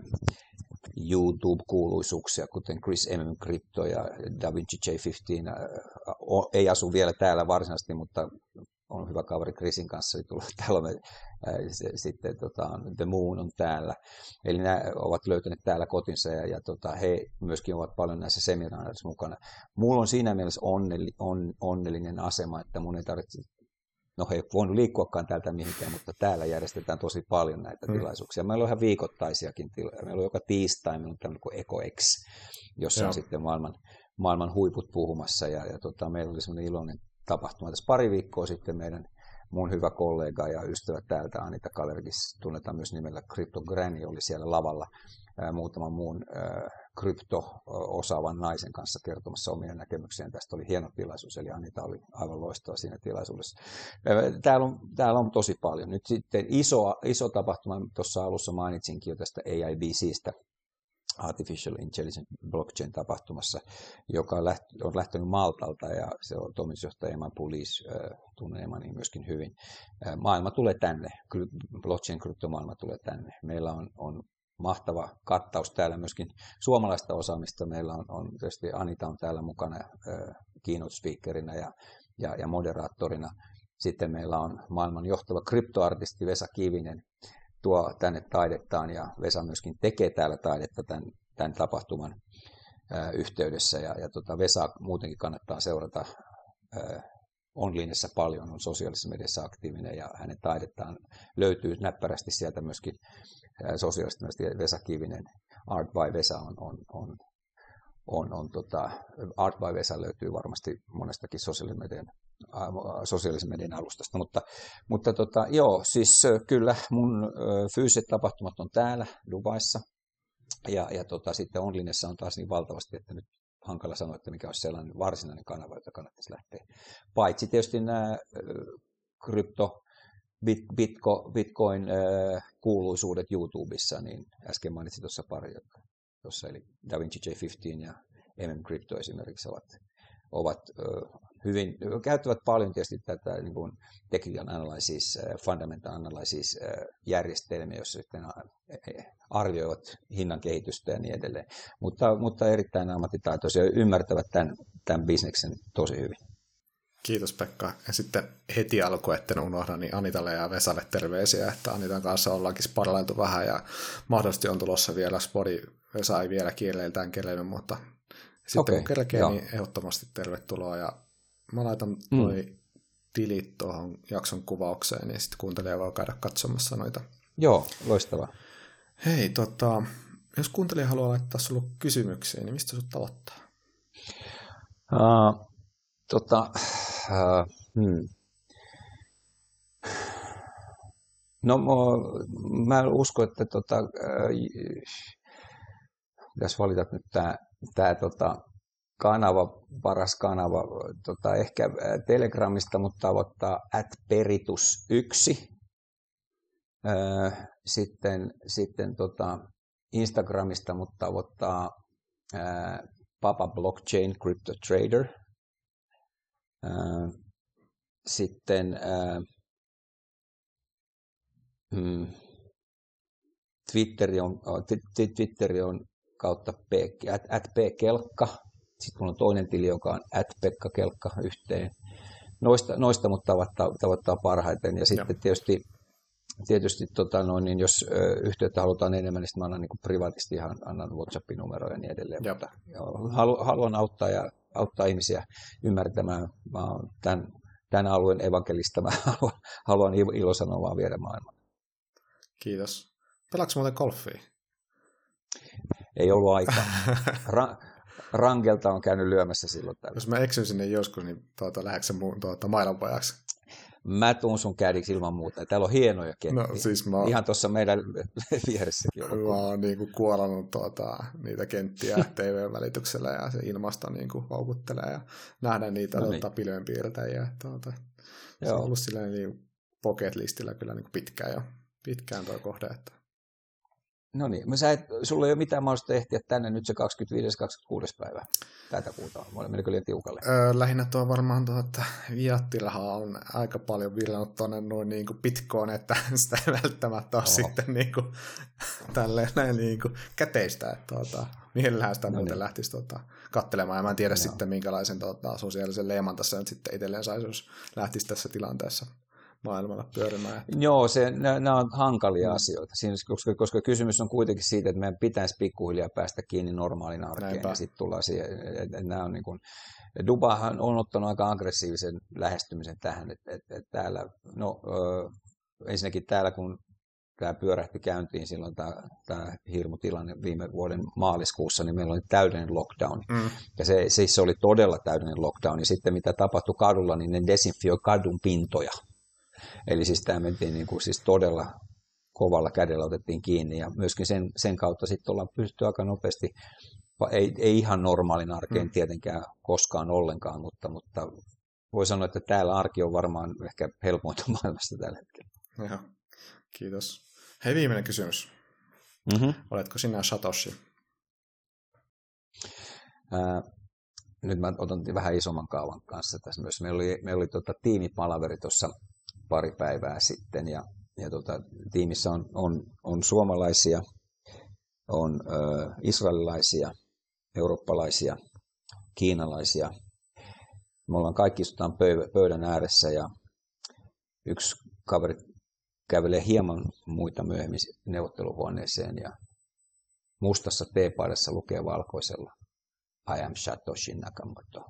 A: YouTube-kuuluisuuksia, kuten Chris M. Crypto ja DaVinci J15. Ei asu vielä täällä varsinaisesti, mutta on hyvä kaveri Chrisin kanssa tullut täällä. Sitten The Moon on täällä. Eli nämä ovat löytäneet täällä kotinsa ja he myöskin ovat paljon näissä seminaareissa mukana. Mulla on siinä mielessä onnellinen asema, että mun ei tarvitse, he ei voinut liikkuakaan täältä mihinkään, mutta täällä järjestetään tosi paljon näitä tilaisuuksia. Meillä on ihan viikoittaisiakin meillä on joka tiistai, meillä on tämmöinen kuin EcoX, jossa on sitten maailman huiput puhumassa ja meillä oli semmoinen iloinen tapahtuma tässä pari viikkoa sitten mun hyvä kollega ja ystävä täältä, Anita Kalergis, tunnetaan myös nimellä Crypto Granny, oli siellä lavalla muutaman muun krypto-osaavan naisen kanssa kertomassa omia näkemyksiään. Tästä oli hieno tilaisuus, eli Anita oli aivan loistava siinä tilaisuudessa. Täällä on tosi paljon. Nyt sitten iso tapahtuma, tuossa alussa mainitsinkin jo tästä AIBCstä, Artificial Intelligence Blockchain-tapahtumassa, joka on lähtenyt Maltalta, ja se on toimitusjohtaja Eman Pulis, tunnen Emanin myöskin hyvin. Maailma tulee tänne, blockchain-kryptomaailma tulee tänne. Meillä on mahtava kattaus täällä myöskin suomalaista osaamista. Meillä on tietysti Anita on täällä mukana keynote speakerina ja moderaattorina. Sitten meillä on maailman johtava kryptoartisti Vesa Kivinen, tuo tänne taidettaan, ja Vesa myöskin tekee täällä taidetta tämän tapahtuman yhteydessä, ja Vesa muutenkin kannattaa seurata onlineissa paljon, on sosiaalisessa mediassa aktiivinen, ja hänen taidettaan löytyy näppärästi sieltä myöskin sosiaalisesti mediasta. Vesa Kivinen, Art by Vesa Art by Vesa löytyy varmasti monestakin sosiaalisen median alustasta, mutta joo, siis kyllä mun fyysiset tapahtumat on täällä Dubaissa ja sitten onlinessa on taas niin valtavasti, että nyt hankala sanoa, että mikä olisi sellainen varsinainen kanava, jota kannattaisi lähteä. Paitsi tietysti nämä Bitcoin-kuuluisuudet YouTubessa, niin äsken mainitsin tuossa pari, eli DaVinci J15 ja Crypto esimerkiksi ovat hyvin, käyttävät paljon tietysti tätä niin kuin technical analysis, fundamental analysis järjestelmiä, joissa sitten arvioivat hinnan kehitystä ja niin edelleen, mutta erittäin ammattitaitoisia ja ymmärtävät tämän bisneksen tosi hyvin.
B: Kiitos Pekka. Ja sitten heti alkuun, etten unohda, niin Anitalle ja Vesalle terveisiä, että Anitan kanssa ollaankin sparlailtu vähän ja mahdollisesti on tulossa vielä spodi. Vesa ei vielä kieleiltään keleydy, mutta sitten kun kerkee, niin ehdottomasti tervetuloa. Ja mä laitan noi tilit tuohon jakson kuvaukseen, niin sitten kuuntelija voi käydä katsomassa noita.
A: Joo, loistavaa.
B: Hei, jos kuuntelija haluaa laittaa sulle kysymyksiä, niin mistä sut tavoittaa?
A: No mä uskon, että pitäisi valita nyt tämä paras kanava, ehkä Telegramista, mutta tavoittaa @peritus1. Sitten Instagramista, mutta tavoittaa Papa Blockchain Crypto Trader. Sitten Twitteri on kautta @pkelkka. Sitten mulla on toinen tili, joka on @pekkakelkka yhteen. Noista mutta tavoittaa parhaiten. Ja sitten tietysti niin jos yhteyttä halutaan enemmän, niin mä annan niin privaatisti annan WhatsApp-numeroja ja niin edelleen. Mutta, haluan auttaa ihmisiä ymmärtämään. Mä oon tämän alueen evankelista. Mä haluan ilosanomaa viedä maailmaan.
B: Kiitos. Pelaatko muuten golfia?
A: Ei ollut aikaa. Rangelta on käynyt lyömässä silloin tällä.
B: Jos mä eksyn sinne joskus, niin lähdekö sä maailmanpojaksi?
A: Mä tuun sun kädiksi ilman muuta. Täällä on hienoja kenttiä.
B: No, siis
A: ihan tuossa meidän vieressäkin on.
B: Mä oon niin kuolannut niitä kenttiä TV-välityksellä ja se ilmasta niin vaukuttelee ja nähdään niitä pilvenpiirtäjiä. Se on ollut silleen niin pocket-listillä kyllä niin pitkään tuo kohde. Että...
A: No niin, sulla ei ole mitään mahdollista ehtiä tänne nyt se 25.–26. päivä tätä kuuta. Menikö liian tiukalle?
B: Lähinnä tuo varmaan että Viattilahan on aika paljon virrannut tuonne noin niin kuin Bitcoin, että sitä ei välttämättä ole sitten niin kuin, tälleen näin niin kuin käteistä, että mielellään sitä muuten lähtisi katselemaan. Ja mä en tiedä sitten minkälaisen sosiaalisen leeman tässä nyt sitten itselleen saisi, jos lähtisi tässä tilanteessa maailmalla pyörimään.
A: Joo, nämä on hankalia asioita, koska kysymys on kuitenkin siitä, että meidän pitäisi pikkuhiljaa päästä kiinni normaalin arkeen. Ja sitten tullaan siihen, että nämä on niin kuin, Dubahan on ottanut aika aggressiivisen lähestymisen tähän, että täällä, ensinnäkin täällä kun tämä pyörähti käyntiin silloin tämä hirmutilanne viime vuoden maaliskuussa, niin meillä oli täydellinen lockdown. Ja se oli todella täydellinen lockdown. Ja sitten mitä tapahtui kadulla, niin ne desinfioi kadun pintoja. Eli siis tämä mentiin niin kuin, siis todella kovalla kädellä otettiin kiinni ja myöskin sen kautta sitten ollaan pystytty aika nopeasti, ei ihan normaalin arkeen tietenkään koskaan ollenkaan, mutta voi sanoa, että täällä arki on varmaan ehkä helpointa maailmasta tällä hetkellä.
B: Joo, kiitos. Hei, viimeinen kysymys. Oletko sinä Satoshi?
A: Nyt mä otan vähän isomman kaavan kanssa tässä myös. Meillä oli tiimipalaveri tuossa pari päivää sitten ja tiimissä on suomalaisia, on israelilaisia, eurooppalaisia, kiinalaisia. Me ollaan kaikki istutaan pöydän ääressä ja yksi kaveri kävelee hieman muita myöhemmin neuvotteluhuoneeseen ja mustassa teepaidassa lukee valkoisella I am Satoshi Nakamoto.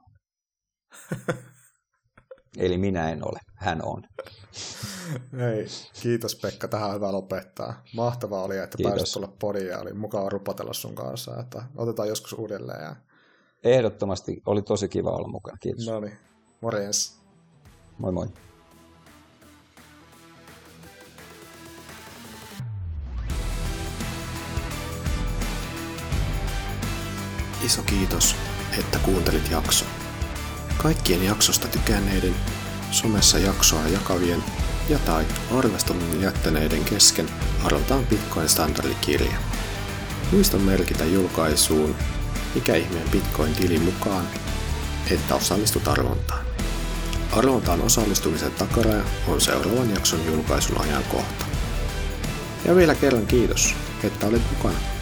A: Eli minä en ole, hän on.
B: Hei, kiitos Pekka, tähän on hyvä lopettaa. Mahtavaa oli, että pääsit tulla podiin ja oli mukava rupatella sun kanssa. Että otetaan joskus uudelleen. Ja...
A: Ehdottomasti, oli tosi kiva olla mukana, kiitos.
B: No niin, morjens.
A: Moi moi.
B: Iso kiitos, että kuuntelit jakson. Kaikkien jaksosta tykänneiden, somessa jaksoa jakavien ja tai arvostelun jättäneiden kesken arvotaan Bitcoin Standard-kirja. Muista merkitä julkaisuun mikä ihmeen Bitcoin-tili mukaan, että osallistut arvontaan. Arvontaan osallistumisen takaraja on seuraavan jakson julkaisun ajankohta. Ja vielä kerran kiitos, että olit mukana.